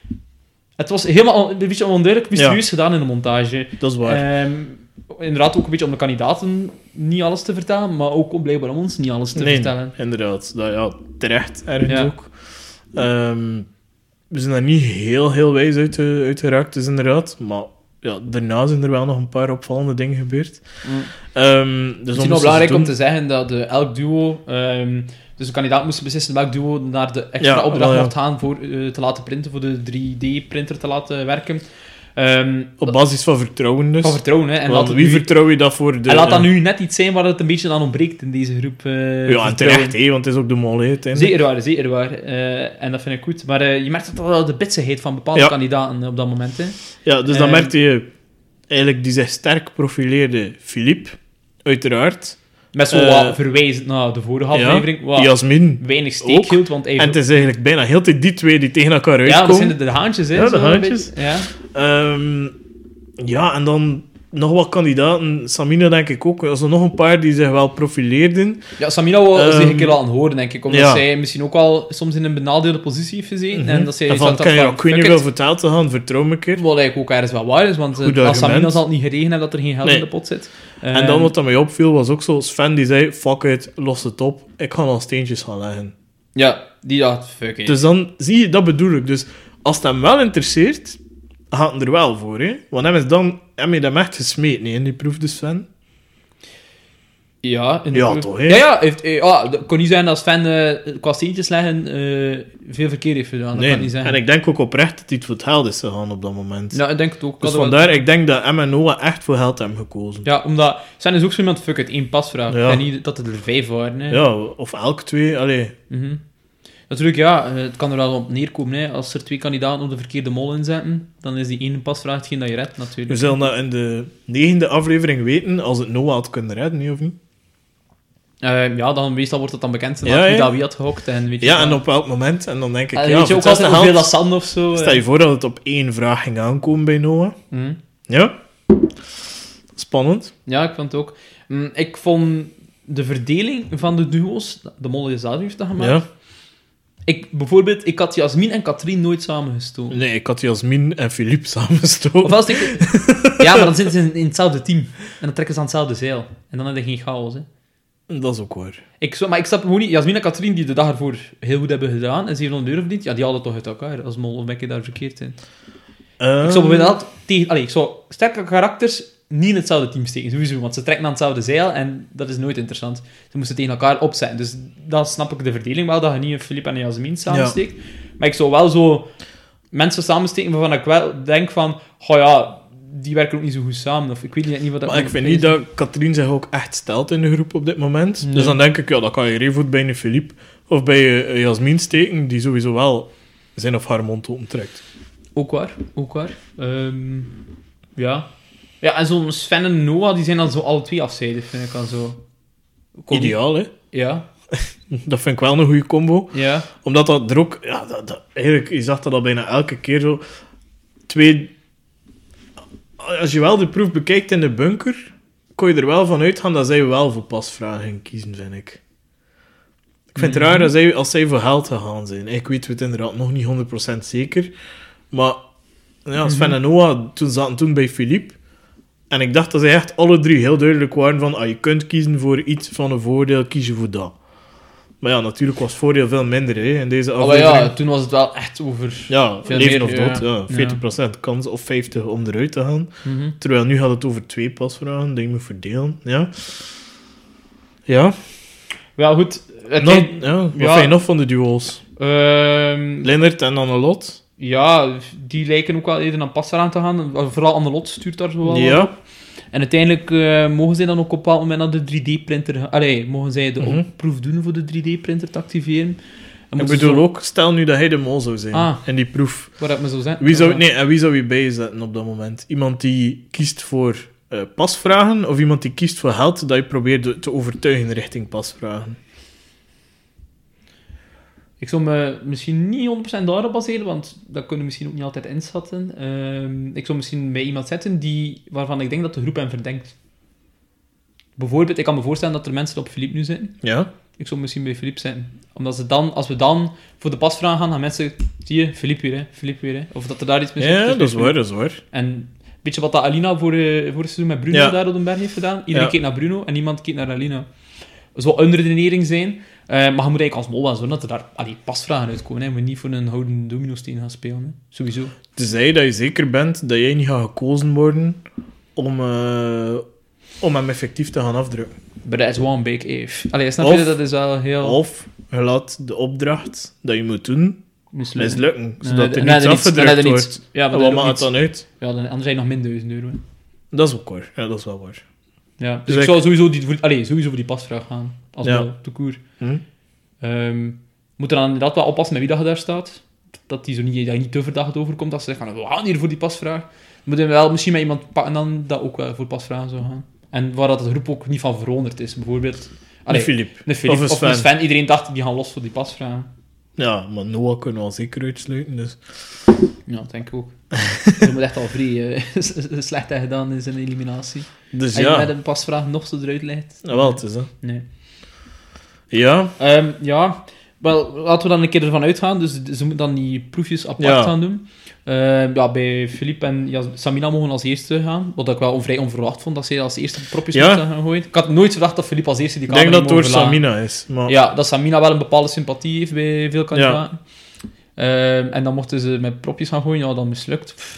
Het was helemaal on- een beetje onduidelijk, mysterieus gedaan in de montage. Dat is waar. Ehm, inderdaad ook een beetje om de kandidaten niet alles te vertellen, maar ook om blijkbaar om ons niet alles te nee, vertellen. inderdaad. Dat, ja, terecht ergens Ja. ook. Ehm, we zijn daar niet heel, heel wijs uit, eh, uit geraakt, dus inderdaad. Maar ja, daarna zijn er wel nog een paar opvallende dingen gebeurd. Mm. Ehm, dus Het is wat nog moesten belangrijk ze om doen? te zeggen dat de, elk duo... ehm, dus de kandidaat moest beslissen welk duo naar de extra Ja, opdracht wel, ja. mocht gaan voor eh, te laten printen, voor de drie D-printer te laten werken. Ehm, Op basis van vertrouwen dus. van vertrouwen, hè. En Want laat, het wie nu, vertrouw je dat voor de... en laat dat nu net iets zijn waar het een beetje aan ontbreekt in deze groep. eh, Ja, en vertrouwen. terecht, hè, want het is ook de mol, hè, uiteindelijk. Zeker waar, zeker waar. Eh, en dat vind ik goed. Maar eh, je merkt toch wel de bitsigheid van bepaalde Ja. kandidaten op dat moment. Hè. Ja, dus dan Ehm, merkte je eigenlijk die zich sterk profileerde Philippe, uiteraard. Met zo Eh, wat verwijzend naar de vorige Ja, aflevering. Wat Jasmin. weinig steek ook. hield, want hij... En het is eigenlijk bijna heel de tijd die twee die tegen elkaar ja, uitkomen. dat zijn de, de haantjes, hè. Ja, de zo een haantjes. beetje. Ja. Ehm, ja, en dan nog wat kandidaten. Samina denk ik ook. Er zijn nog een paar die zich wel profileerden. Ja, Samina wil Ehm, zich een keer laten horen, denk ik. Omdat ja. zij misschien ook wel soms in een benadeelde positie heeft gezeten. Mhm. En dat zij En van, zat kan je van, ook, ik weet fuck niet it. veel verteld te gaan, vertrouw me een keer. Wat eigenlijk ook ergens wel waar is, want eh, Goed als argument. Samina zal het niet geregen hebben dat er geen geld Nee. in de pot zit. En Ehm, dan wat dat mij opviel was ook zo, Sven die zei, fuck it, los het op, ik ga al steentjes gaan leggen. Ja, die dacht, fuck it. Dus dan zie je, dat bedoel ik. Dus als het hem wel interesseert, gaat hij er wel voor, hè. Want hem is dan, hem heeft hem echt gesmeten, hè, in die proef, dus Sven. Ja, in de Ja, proef- toch, hè? Ja, ja. Heeft, eh, ja, het kon niet zijn dat Sven uh, qua steentjes leggen uh, veel verkeerd heeft gedaan. Dat Nee, kan niet zijn. en ik denk ook oprecht dat hij voor het geld is gegaan op dat moment. Ja, ik denk het ook. Ik Dus had er wel- vandaar, ik denk dat Em en Noah echt voor geld hebben gekozen. Ja, omdat Sven is ook zo iemand, fuck it, één pasvraag. Ja. En niet dat het er vijf waren. Hè. Ja, of elk twee, allee. Mhm. Natuurlijk, ja, eh, het kan er wel op neerkomen. Hè. Als er twee kandidaten op de verkeerde mol inzetten, dan is die ene pasvraag hetgeen dat je redt, natuurlijk. We zullen dat in de negende aflevering weten, als het Noah had kunnen redden, niet of niet? Uh, ja, dan meestal wordt het dan bekend Ja, wie ja. dat wie had gehokt. En weet je Ja, wat. en op welk moment? En dan denk ik, En ja, weet je voor ook hetzelfde altijd hoeveel geld, dat zand of zo... stel je eh. voor dat het op één vraag ging aankomen bij Noah. Mhm. Ja? Spannend. Ja, ik vond het ook. Mm, ik vond de verdeling van de duo's, de Molle zelf heeft dat gemaakt. Ja. Ik, bijvoorbeeld, ik had Jasmin en Katrien nooit samengestoken. Nee, ik had Jasmin en Philippe samengestoken. Of als ik... Ja, maar dan zitten ze in, in hetzelfde team. En dan trekken ze aan hetzelfde zeil. En dan heb je geen chaos, hè. Dat is ook waar. Ik, zo- maar ik snap gewoon niet... Jasmin en Katrien, die de dag ervoor heel goed hebben gedaan en zevenhonderd euro verdiend, ja, die hadden toch uit elkaar, als Mol. Of ben ik daar verkeerd in? Ehm, Ik zou bijvoorbeeld tegen... Allee, ik zou sterke karakters niet in hetzelfde team steken, sowieso. Want ze trekken aan hetzelfde zeil en dat is nooit interessant. Ze moesten tegen elkaar opzetten. Dus dan snap ik de verdeling wel, dat je niet een Philippe en een Jasmin samensteekt. Maar ik zou wel zo mensen samensteken waarvan ik wel denk van... Oh ja, die werken ook niet zo goed samen. Of ik weet niet, niet wat dat... Maar ik vind niet dat Katrien zich ook echt stelt in de groep op dit moment. Nee. Dus dan denk ik, ja, dan kan je Revoet bij een Philippe of bij uh, Jasmin steken, die sowieso wel zijn of haar mond opentrekt. Ook waar, ook waar. Ehm, ja. Ja, en zo'n Sven en Noah, die zijn dan zo alle twee afzijdig, vind ik dan zo. Kom- Ideaal, hè? Ja, Dat vind ik wel een goede combo. ja. Omdat dat er ook... Ja, dat, dat, eigenlijk, je zag dat al bijna elke keer zo. Twee... Als je wel de proef bekijkt in de bunker, kon je er wel van uitgaan dat zij wel voor pasvragen kiezen, vind ik. Ik vind het Mhm. raar dat zij, als zij voor geld gegaan zijn. Ik weet het inderdaad nog niet honderd procent zeker. Maar ja, Sven en Noah toen zaten toen bij Philippe. En ik dacht dat zij echt alle drie heel duidelijk waren van ah, je kunt kiezen voor iets van een voordeel, kies je voor dat. Maar ja, natuurlijk was het voordeel veel minder hè, in deze Oh, maar aflevering. ja, toen was het wel echt over... Ja, veel leven meer, of ja. dood. Ja, veertig procent kans of vijftig om eruit te gaan. Mhm. Terwijl nu gaat het over twee pasvragen, die je moet verdelen. Ja. Ja. Ja, goed. Nog, Uiteindelijk- ja. Wat ja. vind je nog van de duo's? Ehm, Lennart en Annelot? ja, die lijken ook wel eerder aan pas eraan te gaan. Vooral Annelot stuurt daar zo wel wat Ja. op. En uiteindelijk eh, mogen zij dan ook op een bepaald moment naar de drie D-printer... gaan. Allee, mogen zij de Mhm. oproep doen voor de drie D-printer te activeren. En Ik moeten bedoel zo- ook, stel nu dat hij de mol zou zijn Ah. in die proef. Waar heb ik me zo zeggen? Wie zou, nee, en wie zou je bijzetten op dat moment? Iemand die kiest voor eh, pasvragen of iemand die kiest voor geld dat je probeert te overtuigen richting pasvragen? Ik zou me misschien niet honderd procent daarop baseren, want dat kunnen we misschien ook niet altijd inschatten. Ehm, ik zou misschien bij iemand zetten die, waarvan ik denk dat de groep hem verdenkt. Bijvoorbeeld, ik kan me voorstellen dat er mensen op Philippe nu zitten. Ja? Ik zou misschien bij Philippe zijn. Omdat ze dan, als we dan voor de pasvraag gaan, gaan mensen... Zie je, Philippe weer, hè. Philippe weer, hè. Of dat er daar iets mis Ja, is. dat is waar, dat is waar. En weet je wat dat Alina voor, eh, voor het seizoen met Bruno Ja. daar op den berg heeft gedaan? Iedereen Ja. keek naar Bruno en niemand keek naar Alina. Dat zou een redenering zijn. Eh, maar je moet eigenlijk als mol wel zorgen dat er daar allee, pasvragen uitkomen. Hè. Je moet niet voor een houden domino-steen gaan spelen. Hè. Sowieso. Tenzij dat je zeker bent dat jij niet gaat gekozen worden om, eh, om hem effectief te gaan afdrukken. But that's one big if. Allee, snap Of- je? Dat is wel heel Of je laat de opdracht dat je moet doen mislukken. mislukken, Dan zodat heb- er dan heb niets je niets- dan heb afgedrukt je wordt. niets- Ja, maar En dan wat heb je maakt het niets- dan uit? Ja, dan, anders zijn nog min duizend euro. Hè. Dat is ook waar. Ja, dat is wel waar. Ja, dus, Dus ik ik- zou sowieso, die, voor, allee, sowieso voor die pasvraag gaan. Als Ja. wel, te koer. Hm? Ehm moet er dan inderdaad wel oppassen met wie dat je daar staat. Dat die zo niet, dat je niet te verdacht overkomt. Dat ze zeggen, van, we gaan hier voor die pasvraag. Moet je wel misschien met iemand pakken dan dat ook wel voor pasvragen zou gaan. En waar dat de groep ook niet van veranderd is. Bijvoorbeeld... Allee, Een Philippe. een Philippe Of een of een Sven. Sven. Iedereen dacht, die gaan los voor die pasvragen. Ja, maar Noah kunnen we al zeker uitsluiten. Dus. Ja, dat denk ik ook. Je moet echt al vrij eh, slecht hebben gedaan in zijn eliminatie. Dus En je ja, met een pasvraag nog zo eruit leidt. nou, wel, het is hè. Nee. Ja, Ehm, ja, wel, laten we dan een keer ervan uitgaan. Dus ze moeten dan die proefjes apart Ja. gaan doen. Ehm, ja, bij Philippe en Jas- Samina mogen als eerste gaan. Wat ik wel on- vrij onverwacht vond, dat zij als eerste propjes Ja. moesten gaan gooien. Ik had nooit verwacht dat Philippe als eerste die ik denk camera dat het door mogen verlaten. Samina is. Maar Ja, dat Samina wel een bepaalde sympathie heeft bij veel kandidaten. Ehm, en dan mochten ze met propjes gaan gooien. Ja, dan mislukt. Pff.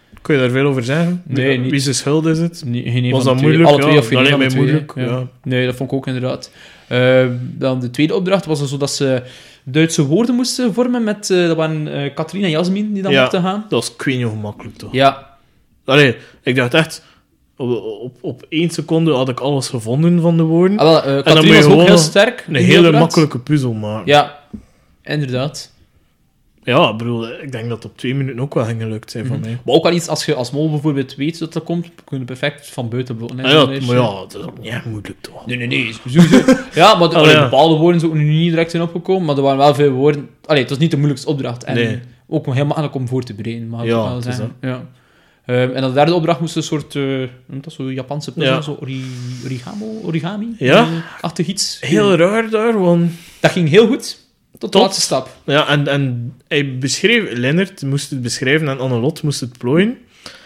Kun je daar veel over zeggen? Nee, Wie, niet. wie zijn schuld is het? Nee, geen een Was van dat de twee. moeilijk? Alle twee Ja, of geen dat een lijkt van de mij twee, moeilijk, ja. Nee, dat vond ik ook inderdaad. Uh, dan de tweede opdracht was er zo dat ze Duitse woorden moesten vormen met... Uh, dat waren uh, Katrien en Jasmin die dan Ja. mochten gaan. Dat was ik weet niet hoe gemakkelijk, toch? Ja. Allee, ik dacht echt... Op, op, op één seconde had ik alles gevonden van de woorden. Ah, wel, uh, dan Katrien moet je was ook gewoon heel sterk. Een in die hele opdracht. makkelijke puzzel maken. Ja, inderdaad. Ja, ik bedoel, ik denk dat het op twee minuten ook wel ging gelukt zijn van Mhm. mij. Maar ook wel iets, als je als mol bijvoorbeeld weet dat dat komt, kun je perfect van buiten bloten. Ah, ja, maar ja, dat is ook niet echt moeilijk, toch? Nee, nee, nee. Sowieso. Ja, maar de, Oh, allee, ja. bepaalde woorden zijn ook nu niet direct zijn opgekomen, maar er waren wel veel woorden... Allee, het was niet de moeilijkste opdracht. En Nee. ook heel makkelijk om voor te bereiden, mag ik Ja, ook wel het is zeggen. Ja. Um, en de derde opdracht moest een soort... Uh, hoe noemt dat? Zo Japanse puzzel, Ja. zo ori origamo, origami? Ja. Uh, achtig iets. Heel raar daar, want... Dat ging heel goed, tot de Tot. laatste stap. Ja, en, en hij beschreef... Lennart moest het beschrijven en Annelot moest het plooien.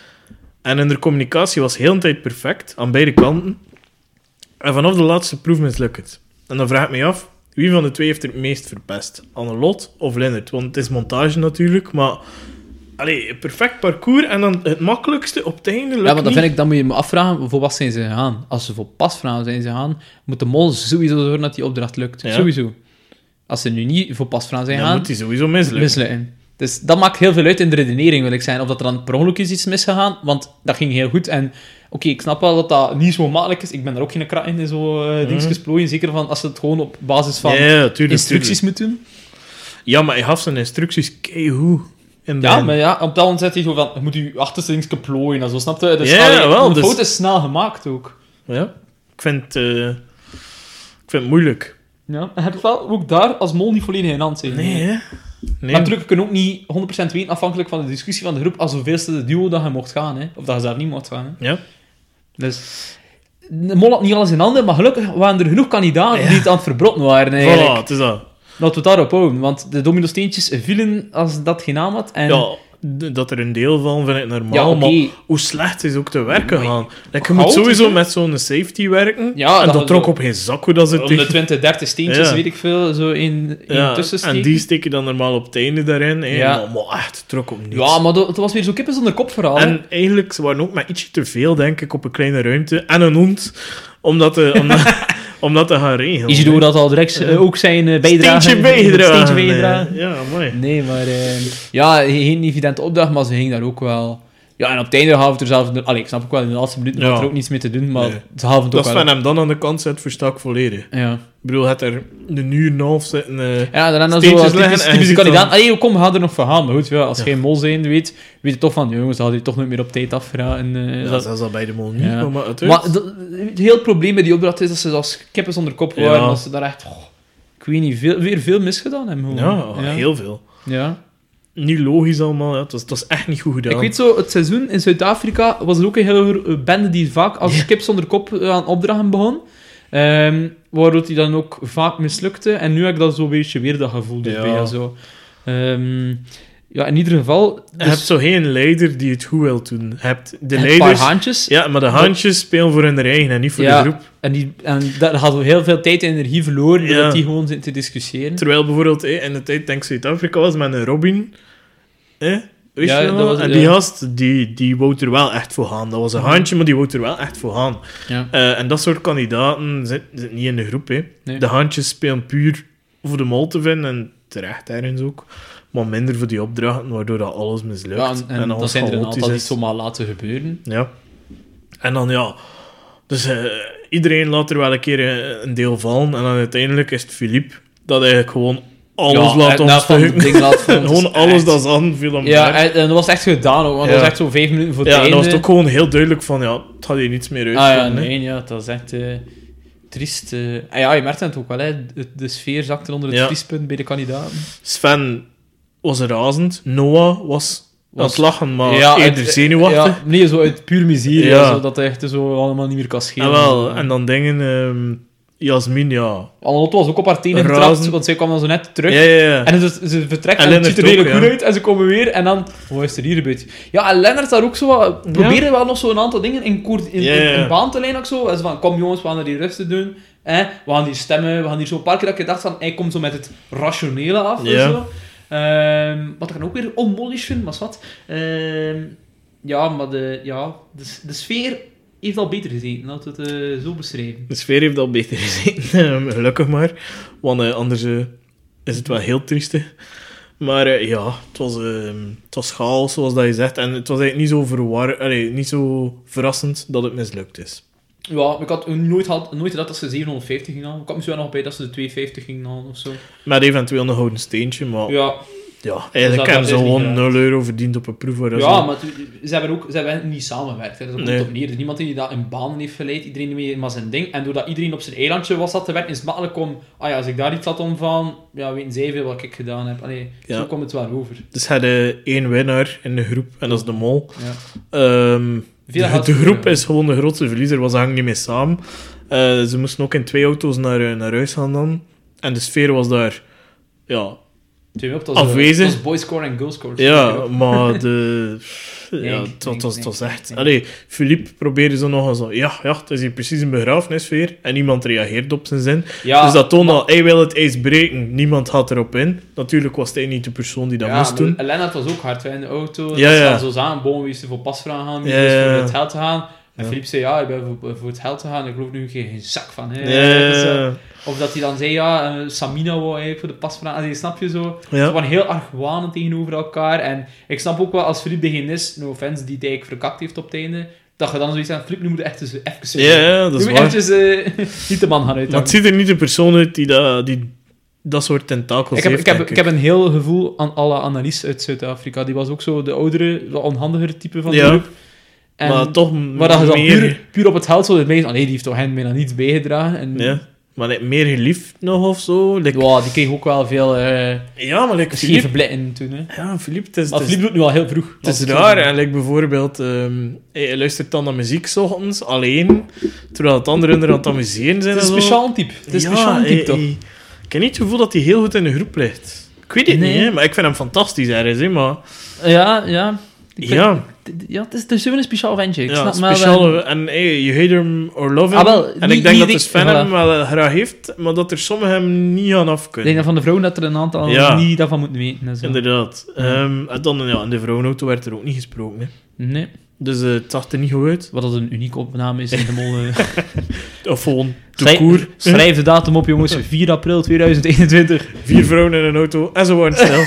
En hun communicatie was heel de tijd perfect, aan beide kanten. En vanaf de laatste proef mislukt het. En dan vraag ik me af, wie van de twee heeft er het meest verpest? Annelot of Lennart? Want het is montage natuurlijk, maar... Allee, perfect parcours en dan het makkelijkste op het einde lukt Ja, maar dan niet. vind ik, dan moet je me afvragen, voor wat zijn ze gegaan? Als ze voor pasvragen zijn ze gegaan, moet de mol sowieso zorgen dat die opdracht lukt. Ja. Sowieso. Als ze nu niet voor pasvragen zijn Dan gegaan, moet hij sowieso mislukken. mislukken. Dus dat maakt heel veel uit in de redenering, wil ik zijn. Of dat er dan per ongeluk is iets misgegaan, want dat ging heel goed. En oké, ik snap wel dat dat niet zo makkelijk is. Ik ben er ook geen krat in, in zo'n uh, dingetjes plooien. Zeker van als ze het gewoon op basis van Ja, ja, tuurlijk, instructies tuurlijk. moet doen. Ja, maar hij gaf zijn instructies keigoed. in het Ja, begin. maar ja, op dat moment zet hij zo van, je moet je achterste dingetje plooien en zo, snap je? Dus Ja, allee, wel, de dus- fout is snel gemaakt ook. Ja, ik vind, eh, ik vind het moeilijk. Ja, en heb je wel ook daar als mol niet volledig in hand zijn. Nee, hè? Nee. Maar natuurlijk, je kunt ook niet honderd procent weten, afhankelijk van de discussie van de groep, als hoeveelste de duo dat je mocht gaan, hè. Of dat je zelf niet mocht gaan, hè. Ja. Dus... De mol had niet alles in handen, maar gelukkig waren er genoeg kandidaten Ja. die het aan het verbrotten waren, eigenlijk. Voilà, het is dat. Laten we het daarop houden, want de dominosteentjes vielen als dat geen naam had. En... Ja, d- dat er een deel van vind ik normaal, Ja, oké. maar hoe slecht is ook te werken Maar- gaan. Like, je Hout, moet sowieso hè? met zo'n safety werken, Ja, en dat dat je trok zo- op geen zak hoe dat ze om de tegen- twintig, dertig steentjes, Ja. weet ik veel, zo in, in Ja, tussen en steken. die steek je dan normaal op het einde daarin. Hè. Ja. Maar, maar echt, het trok op niets. Ja, maar dat, dat was weer zo'n kippen zonder kop verhaal. hè. En eigenlijk, ze waren ook met ietsje te veel, denk ik, op een kleine ruimte. En een hond, omdat te, om, dat, om dat te gaan regelen. Isidore dat al direct eh, ook zijn uh, bijdrage... Steentje bijgedragen. Steentje bijdragen. eh, Ja, mooi. Nee, maar... eh, ja, geen evidente opdracht, maar ze ging daar ook wel... Ja, en op het einde gaven het er zelf... Allee, ik snap ook wel, in de laatste minuten Ja. had er ook niets mee te doen, maar Nee. ze gaven het Dat ook is wel... van hem dan aan de kant zet, versta ik volledig. Ja. Ik bedoel, het er een uur en een half zitten... eh, Ja, dan dan zo Steentjes typisch, leggen en je typische ziet kandidaat. dan- Allee, kom, we gaan er nog van gaan. Maar goed, ja, als Ja. je geen mol zijn weet, weet je toch van, jongens, dat hadden je toch nooit meer op tijd afgeraden. eh, ja, dat- zelfs al bij de mol niet, Ja. maar het Maar dat- het hele probleem bij die opdracht is dat ze als kippen zonder kop Ja. waren. Dat ze daar echt, oh, ik weet niet, veel, weer veel misgedaan hebben. gewoon. Ja, heel veel. Ja. Niet logisch allemaal, ja. Het was, het was echt niet goed gedaan. Ik weet zo, het seizoen in Zuid-Afrika was er ook een hele eh, bende die vaak als Ja. kip zonder kop eh, aan opdrachten begon. Ehm waardoor die dan ook vaak mislukte. En nu heb ik dat zo'n beetje weer dat gevoel Ja. erbij. Zo. Ehm, ja, in ieder geval... Je Dus hebt zo geen leider die het goed wil doen. Je hebt de een leiders... paar haantjes. Ja, maar de haantjes spelen voor hun eigen en niet voor Ja. de groep. En, die, en dat had heel veel tijd en energie verloren Ja. doordat die gewoon zitten te discussiëren. Terwijl bijvoorbeeld eh, in de tijd, denk ik, Zuid-Afrika was met een Robin. Eh? Weet Ja, je dat wel? was- En die ja. gast, die, die wou er wel echt voor gaan. Dat was een Mhm. haantje, maar die wou er wel echt voor gaan. Ja. Eh, en dat soort kandidaten zitten zitten niet in de groep. Hè. Nee. De haantjes spelen puur voor de mol te vinden, en terecht ergens ook. Maar minder voor die opdrachten, waardoor dat alles mislukt. Ja, en, en dan alles zijn er een chaotisch aantal die is. het zomaar laten gebeuren. Ja. En dan, ja... Dus eh, iedereen laat er wel een keer eh, een deel vallen. En dan uiteindelijk is het Philippe dat eigenlijk gewoon alles Ja, laat en dat van het omstukken. ding laat vallen, het is Gewoon alles echt- dat is aan viel hem Ja, bij. en, en dat was echt gedaan ook, want Ja. dat was echt zo vijf minuten voor het Ja, en einde. dat was het ook gewoon heel duidelijk van, ja, het gaat hier niets meer uit. Ah ja, nee, ja, dat is echt eh triest. eh. Ah ja, je merkt het ook wel, hè. De, de sfeer zakte onder het Ja. vriespunt bij de kandidaten. Sven was razend. Noah was aan het lachen, maar Ja, eerder uit- zenuwachtig. Ja, nee, zo uit puur miserie, Ja. ja. Zo, dat hij echt zo allemaal niet meer kan schelen. En wel, en dan dingen... ehm Jasmin, ja... Annelot was ook op haar tenen Razend. getrapt, want zij kwam dan zo net terug. Ja, ja, ja. En dus, ze vertrekt En en, het ziet er Lennart redelijk ook, goed ja. uit en ze komen weer en dan... Wat is er hier gebeurd? Ja, en Lennart daar ook zo wat... Probeerde wel nog zo een aantal dingen in, koord, in, Ja, in, ja. in baan te lijnen ook zo. En ze van, kom jongens, we gaan er hier rustig doen. Eh, we gaan hier stemmen, we gaan hier zo een paar keer dat ik dacht van, hij komt zo met het rationele af Ja. en zo. Ehm, wat ik dan ook weer onmollig vind, maar is wat. Ehm, ja, maar de, ja, de, de sfeer heeft al beter gezeten, laten we het uh, zo beschrijven. De sfeer heeft al beter gezeten, gelukkig maar. Want uh, anders uh, is het wel heel triestig. Maar uh, ja, het was, uh, het was chaos, zoals dat je zegt. En het was eigenlijk niet zo, verwar- allee, niet zo verrassend dat het mislukt is. Ja, ik had nooit, had, nooit gedacht dat ze zevenhonderdvijftig gingen halen. Ik had misschien wel nog bij dat ze de tweehonderdvijftig gingen halen of zo. Met eventueel een gouden steentje, maar... Ja. Ja, eigenlijk hebben ze gewoon nul euro verdiend op een proef. Ja, zo. maar tu- ze hebben ook ze hebben niet samengewerkt. Hè. Dat komt Nee. op neer. Er is niemand die dat in banen heeft geleid. Iedereen mee maar zijn ding. En doordat iedereen op zijn eilandje was zat te werken, is het makkelijk om... Ah ja, als ik daar iets had om van... Ja, weten zij veel wat ik gedaan heb. Allee, Ja. zo komt het wel over. Dus hadden één winnaar in de groep, en dat is de Mol. Ja. Ehm, Veel de, geld de groep verloren. is gewoon de grootste verliezer, want ze hangen niet mee samen. Eh, ze moesten ook in twee auto's naar, eh, naar huis gaan dan. En de sfeer was daar... Ja, Twee op, dat Afwezig. Dat was boyscore en girlscore. ja maar de... Ja, Nee, het was, het was, het was nee, echt... nee. Allee, Philippe probeerde zo nog eens zo... Ja, ja, het is hier precies een begrafenisfeer. En niemand reageert op zijn zin. Ja, Dus dat toonde al, hij wil het ijs breken. Niemand gaat erop in. Natuurlijk was hij niet de persoon die dat ja, moest doen. maar Lennart was ook hard hè, in de auto. Ja, dat ze ja. dan zo zagen, boom, wie is er voor pasvragen gaan, wie Ja, is er ja. voor het geld te gaan. En Ja. Philippe zei, ja, ik ben voor, voor het geld te gaan. Ik geloof nu geen, geen zak van. Hè. Ja, Dus, eh, ja, Of dat hij dan zei, ja, uh, Samina wou eigenlijk voor de pasvraag. Allee, snap je zo? ja. Ze waren heel argwanend tegenover elkaar. En ik snap ook wel, als Philippe degene is, no offense, die het eigenlijk verkakt heeft op het einde, dat je dan zoiets aan Philippe, nu moet je echt eens even... Ja, ja, dat is nu moet waar. je eventjes uh, niet de man gaan Maar het uithangen. ziet er niet de persoon uit die dat, die dat soort tentakels Ik heb, heeft, ik, heb, denk ik heb een heel gevoel aan alle Annelies uit Zuid-Afrika. Die was ook zo de oudere, wat onhandigere type van de Ja. groep. En Maar toch maar dat je dan meer... puur, puur op het geld zo... Nee, die heeft toch hen bijna niets bijgedragen. En, Ja. Maar like, meer geliefd nog of zo. Like, ja, die kreeg ook wel veel uh, ja, maar like, scheve Philippe... blikken toen. Hè. Ja, Philippe, het is, Maar het is, Philippe doet nu al heel vroeg. het is raar. En like, bijvoorbeeld, ehm, hij hij luistert dan naar muziek 's ochtends, alleen, terwijl het anderen er aan het amuseren zijn. Het is en een zo. speciaal type. Het is een Ja, speciaal type, hij- toch? hij- Ik heb niet het gevoel dat hij heel goed in de groep ligt. Ik weet het Nee. niet, hè, maar ik vind hem fantastisch ergens. Hè, maar Ja, ja. Ik vind- ja, Ja, het is, het is zo'n speciaal ventje. Ik ja snap maar speciaal. En hey, you hate him or love him. Ah, wel, en niet- ik denk niet dat de die- Sven voilà. hem wel eh, graag heeft, maar dat er sommigen hem niet aan af Ik kunnen. denk dat van de vrouwen dat er een aantal Ja. niet daarvan moeten weten. En zo. Inderdaad. Ehm, en dan, ja, in de vrouwenauto werd er ook niet gesproken. Hè. Nee. Dus eh, het zag er niet goed uit. Wat dat een unieke opname is in de mol. eh. Of gewoon te Schrijf- koer. Schrijf de datum op, jongens. vier april tweeduizend eenentwintig. Vier vrouwen in een auto en ze waren stil.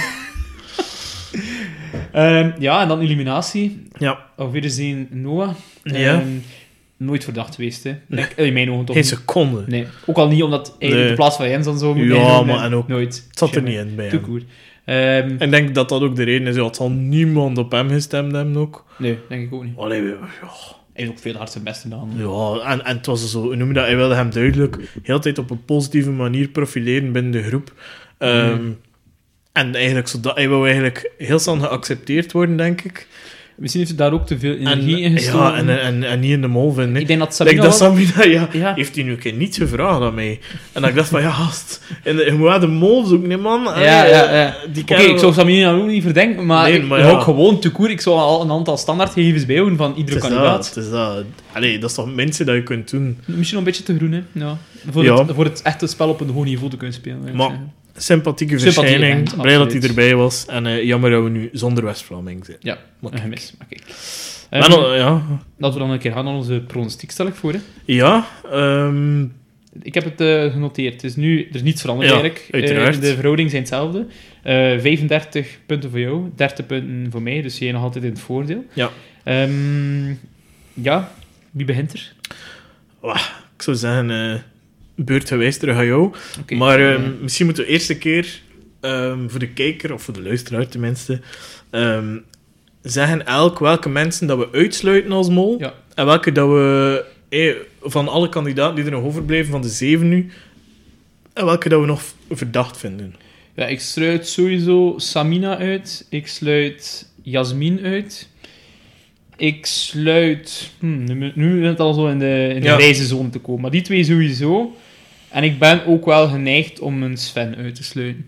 Ehm, ja, en dan Illuminatie. Ja. Auf Wiedersehen, Noah. Ja. Ehm, nooit verdacht geweest, hè. Nee. Ik, in mijn ogen toch Geen niet. seconde. Nee. Ook al niet omdat hij Nee. de plaats van Jens dan zo moet Ja, innemen. maar en ook- Nooit. Het zat er Jamais. niet in bij Te hem. koer. Ehm, En ik denk dat dat ook de reden is. Ja, het zal niemand op hem gestemd hebben ook. nee, denk ik ook niet. Allee, ja. Hij heeft ook veel hard zijn best gedaan. Ja, en, en het was zo, hoe noem je dat? Hij wilde hem duidelijk heel de tijd op een positieve manier profileren binnen de groep. Ehm, Mhm. En eigenlijk, zodat, hij wou eigenlijk heel snel geaccepteerd worden, denk ik. Misschien heeft hij daar ook te veel En, energie in gestoken. ja, en, en, en niet in de mol vinden. Ik denk dat Like Sabina dat wel- Sabina, ja, Ja. heeft hij nu een keer niet gevraagd aan mij. En dat ik dacht van, ja, gast, en de, je moet wel de mol zoeken, hè, man. Ja, ja, ja. Die Oké, kennen ik zou Sabina ook niet verdenken, maar, Nee, ik maar ik ja. ook gewoon te koer. Ik zou al een aantal standaardgegevens bijhouden van iedere Het is kandidaat. dat, het is dat. Allee, dat is toch mensen dat je kunt doen. Misschien nog een beetje te groen, hè. Ja. Voor, Ja. Het, voor het echte spel op een hoog niveau te kunnen spelen. wil ik Maar- zeggen. Sympathieke Sympathie verschijning. event, Blij dat hij absoluut. erbij was. En eh, jammer dat we nu zonder West-Vlaming zijn. Ja, Maar een kijk. gemis. Maar kijk. Maar Ehm, dan, ja, Laten we dan een keer gaan naar onze pronostiek, stel ik voor. Hè. ja ehm, Ik heb het eh, genoteerd. Het is nu, er is niets veranderd Ja, eigenlijk. Eh, uiteraard. de verhoudingen zijn hetzelfde. Eh, vijfendertig punten voor jou, dertig punten voor mij. Dus jij nog altijd in het voordeel. Ja. Ehm, ja, wie begint er? ik zou zeggen, eh beurtgewijs terug aan jou. Oké. Maar ehm, Eh, misschien moeten we eerst een keer ehm, voor de kijker, of voor de luisteraar tenminste, ehm, zeggen elk welke mensen dat we uitsluiten als mol. Ja. En welke dat we, eh, van alle kandidaten die er nog overblijven, van de zeven nu, en welke dat we nog verdacht vinden. ja, ik sluit sowieso Samina uit. Ik sluit Jasmin uit. Ik sluit... Hm, nu, nu is het al zo in de, in de Ja. grijze zone te komen. Maar die twee sowieso. En ik ben ook wel geneigd om een Sven uit te sluiten.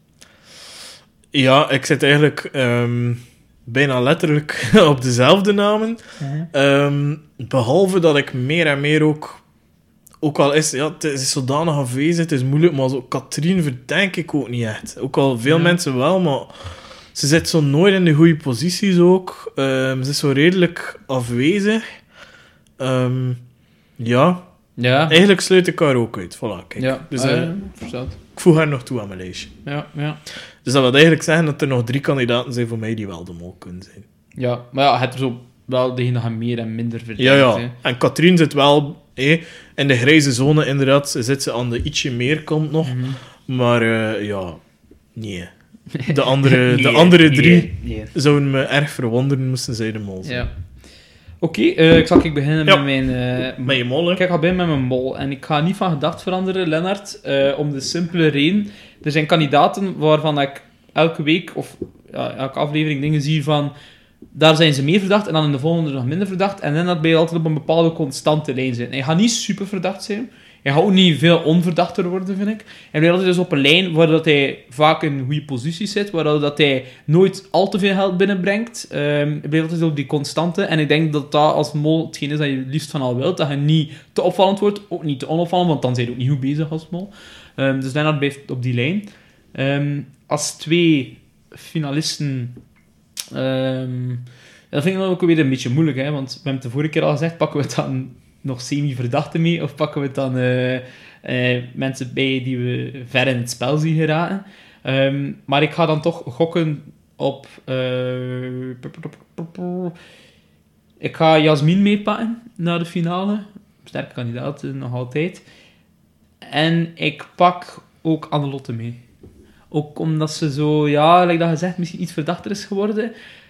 Ja, ik zit eigenlijk ehm, bijna letterlijk op dezelfde namen. Ehm, behalve dat ik meer en meer ook... Ook al is ja, het is zodanig afwezig, het is moeilijk, maar zo Katrien verdenk ik ook niet echt. Ook al veel Ja. mensen wel, maar Ze zit zo nooit in de goede posities ook. Um, ze is zo redelijk afwezig. Um, ja, Ja, eigenlijk sluit ik haar ook uit. Voilà, kijk. ja. Dus, Ah, uh, ja, verstaan. ik voeg haar nog toe aan mijn lijstje. Ja, ja. Dus dat wil eigenlijk zeggen dat er nog drie kandidaten zijn voor mij die wel de mol kunnen zijn. Ja, maar ja, het is zo wel degene dat je meer en minder verdient. Ja, ja. Hè. En Katrien zit wel hé, in de grijze zone, inderdaad. Zit ze aan de ietsje meer kant nog. Mm-hmm. Maar uh, ja, nee. De andere, Nee, de andere nee, drie nee. zouden me erg verwonderen moesten zij de mol zijn. Ja. Oké, okay, uh, ik zal ik beginnen Ja. met mijn... Uh, Met je mol, hè? Kijk, ik ga beginnen met mijn mol. En ik ga niet van gedacht veranderen, Lennart, uh, om de simpele reden. Er zijn kandidaten waarvan ik elke week, of ja, elke aflevering dingen zie van... Daar zijn ze meer verdacht, en dan in de volgende nog minder verdacht. En Lennart ben je altijd op een bepaalde constante lijn zitten. Hij gaat niet super verdacht zijn. Hij gaat ook niet veel onverdachter worden, vind ik. En hij blijft altijd dus op een lijn waar dat hij vaak in goede posities zit, waar dat hij nooit al te veel geld binnenbrengt. Um, hij blijft altijd op die constante. En ik denk dat dat als mol hetgeen is dat je liefst van al wilt. Dat je niet te opvallend wordt, ook niet te onopvallend, want dan zijn je ook niet goed bezig als mol. Um, dus Lennart blijft op die lijn. Um, als twee finalisten... Um, dat vind ik dan ook weer een beetje moeilijk, hè, want we hebben het de vorige keer al gezegd, pakken we het dan nog semi-verdachten mee, of pakken we het dan uh, uh, mensen bij die we ver in het spel zien geraken. Um, maar ik ga dan toch gokken op... Uh, ik ga Jasmin meepakken naar de finale. Sterke kandidaat, nog altijd. En ik pak ook Annelotte mee. Ook omdat ze zo, ja, like dat gezegd, misschien iets verdachter is geworden.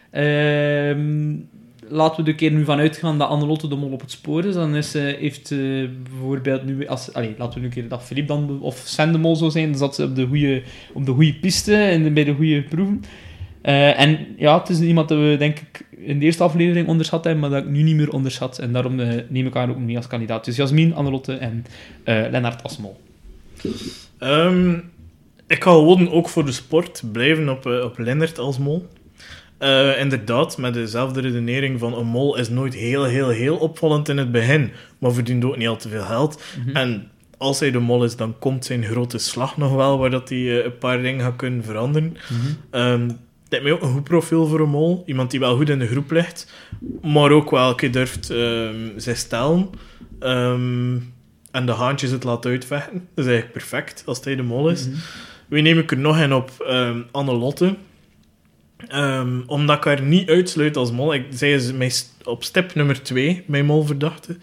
Um, laten we er keer nu van uitgaan dat Annelotte de mol op het spoor is. Dan is, uh, heeft uh, bijvoorbeeld nu... Als, allez, laten we nu een keer dat Philippe dan, of Sven de mol zou zijn, dan zat ze op de goede, op de goede piste en bij de goede proeven. Uh, en ja, het is iemand dat we, denk ik, in de eerste aflevering onderschat hebben, maar dat ik nu niet meer onderschat. En daarom uh, neem ik haar ook mee als kandidaat. Dus Jasmin, Annelotte en uh, Lennart als mol. Um, ik ga gewoon ook voor de sport blijven op, uh, op Lennart als mol. Uh, inderdaad, met dezelfde redenering van een mol is nooit heel, heel, heel opvallend in het begin, maar verdient ook niet al te veel geld. Mm-hmm. En als hij de mol is, dan komt zijn grote slag nog wel, waar dat hij uh, een paar dingen gaat kunnen veranderen. Mm-hmm. Um, het lijkt mij ook een goed profiel voor een mol. Iemand die wel goed in de groep ligt, maar ook wel een keer durft um, zich stellen. Um, en de haantjes het laat uitvechten. Dat is eigenlijk perfect, als hij de mol is. Mm-hmm. Wie neem ik er nog in op? Um, Annelotte. Um, omdat ik haar niet uitsluit als mol. Ik, zij is mij st- op stip nummer twee, mijn molverdachte.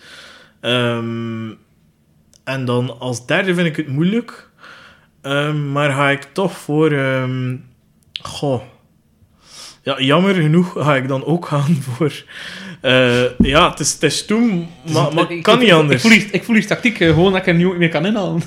Um, en dan als derde vind ik het moeilijk. Um, maar ga ik toch voor... Um, goh... Ja, jammer genoeg ga ik dan ook gaan voor... Uh, ja, het is, het is stoem, maar, maar ik kan niet anders. Ik voel, die, ik voel die tactiek uh, gewoon dat ik er niet meer kan inhalen.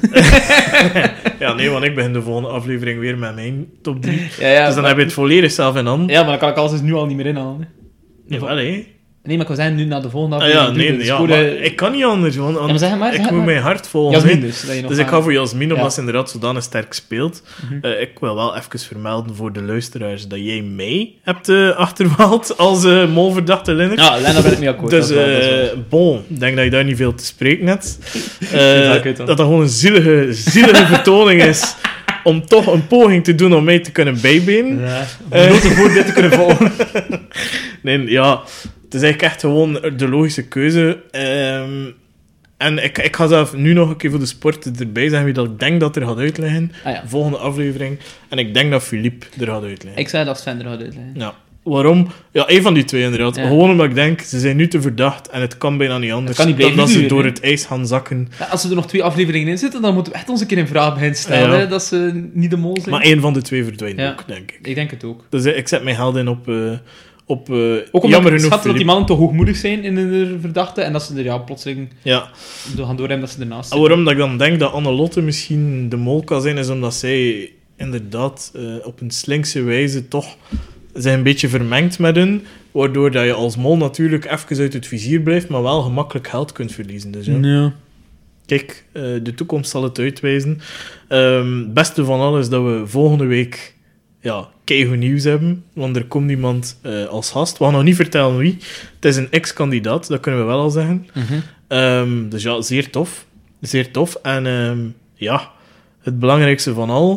Ja, nee, want ik begin de volgende aflevering weer met mijn top drie. Ja, ja, dus dan maar, heb je het volledig zelf in handen. Ja, maar dan kan ik alles dus nu al niet meer inhalen. Jawel, hé. Nee, maar ik wil zeggen, nu naar de volgende Ah, ja, aflevering. nee, dus ja, voor, maar uh, ik kan niet anders, want ja, maar zeg maar, ik zeg moet maar. mijn hart volgen. Jasmin dus. Dat je nog dus ik ga voor Jasmin, omdat ja. ze inderdaad zodanig sterk speelt. Mm-hmm. Uh, ik wil wel even vermelden voor de luisteraars dat jij mij hebt uh, achterwaald als uh, molverdachte Lennart. Ja, Lennart ben ik mee akkoord. Dus, dat is wel, uh, dat bon, ik denk dat je daar niet veel te spreken hebt. Uh, dat, dat dat gewoon een zielige, zielige vertoning is om toch een poging te doen om mij te kunnen bijbenen. Ja, om uh, nooit een voorbeeld te kunnen volgen. Nee, ja... Het is eigenlijk echt gewoon de logische keuze. Um, en ik, ik ga zelf nu nog een keer voor de sport erbij zeggen wie dat ik denk dat er gaat uitleggen. Ah, ja. Volgende aflevering. En ik denk dat Philippe er gaat uitleggen. Ik zei dat Sven er gaat uitleggen. Ja. Waarom? Ja, één van die twee inderdaad. Ja. Gewoon omdat ik denk, ze zijn nu te verdacht en het kan bijna niet anders niet dan dat ze duren, door hè? het ijs gaan zakken. Ja, als er nog twee afleveringen in zitten, dan moeten we echt ons een keer een vraag beginnen stellen. Ja. Dat ze niet de mol zijn. Maar één van de twee verdwijnt ja. ook, denk ik. Ik denk het ook. Dus ik zet mijn geld in op... Uh, Op, uh, ook omdat jammer ik genoeg schat dat die mannen te hoogmoedig zijn in de verdachte en dat ze er ja, plotseling ja. gaan doorhebben dat ze ernaast zitten. Waarom dat ik dan denk dat Annelotte misschien de mol kan zijn, is omdat zij inderdaad uh, op een slinkse wijze toch zijn een beetje vermengd met hun, waardoor dat je als mol natuurlijk even uit het vizier blijft, maar wel gemakkelijk geld kunt verliezen. Dus, ja. Ja. Kijk, uh, de toekomst zal het uitwijzen. Um, het beste van alles is dat we volgende week ja, keigoed nieuws hebben, want er komt iemand uh, als gast. We gaan nog niet vertellen wie. Het is een ex-kandidaat, dat kunnen we wel al zeggen. Mm-hmm. Um, dus ja, zeer tof. Zeer tof. En um, ja, het belangrijkste van al,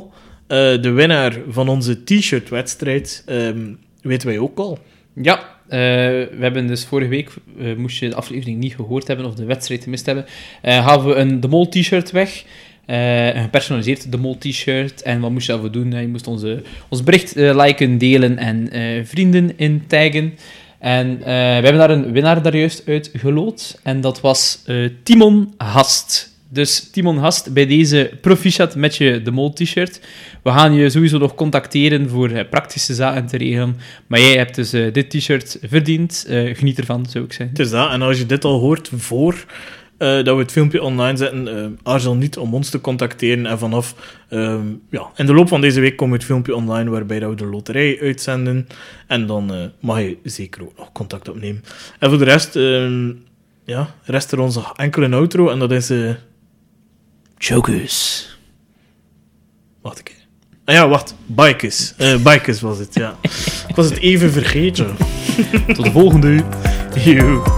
Uh, de winnaar van onze t-shirt-wedstrijd um, weten wij ook al. Ja, uh, we hebben dus vorige week, uh, moest je de aflevering niet gehoord hebben of de wedstrijd gemist hebben, uh, gaven we een De Mol t-shirt weg. Uh, een gepersonaliseerd De Mol t-shirt. En wat moest je daarvoor doen? Uh, je moest onze, ons bericht uh, liken, delen en uh, vrienden in taggen. En uh, we hebben daar een winnaar daar juist uit geloot. En dat was uh, Timon Hast. Dus Timon Hast, bij deze proficiat met je De Mol t-shirt. We gaan je sowieso nog contacteren voor uh, praktische zaken te regelen. Maar jij hebt dus uh, dit t-shirt verdiend. Uh, geniet ervan, zou ik zeggen. Het is dat. En als je dit al hoort voor uh, dat we het filmpje online zetten, uh, aarzel niet om ons te contacteren. En vanaf uh, ja, in de loop van deze week komt het filmpje online waarbij dat we de loterij uitzenden. En dan uh, mag je zeker ook nog contact opnemen. En voor de rest, uh, ja, rest er onze enkele outro. En dat is... Uh, Chokers. Wacht een keer. Ah ja, wacht. Bikers. Uh, bikers was het, ja. Ik was het even vergeten. Tot de volgende. Joe.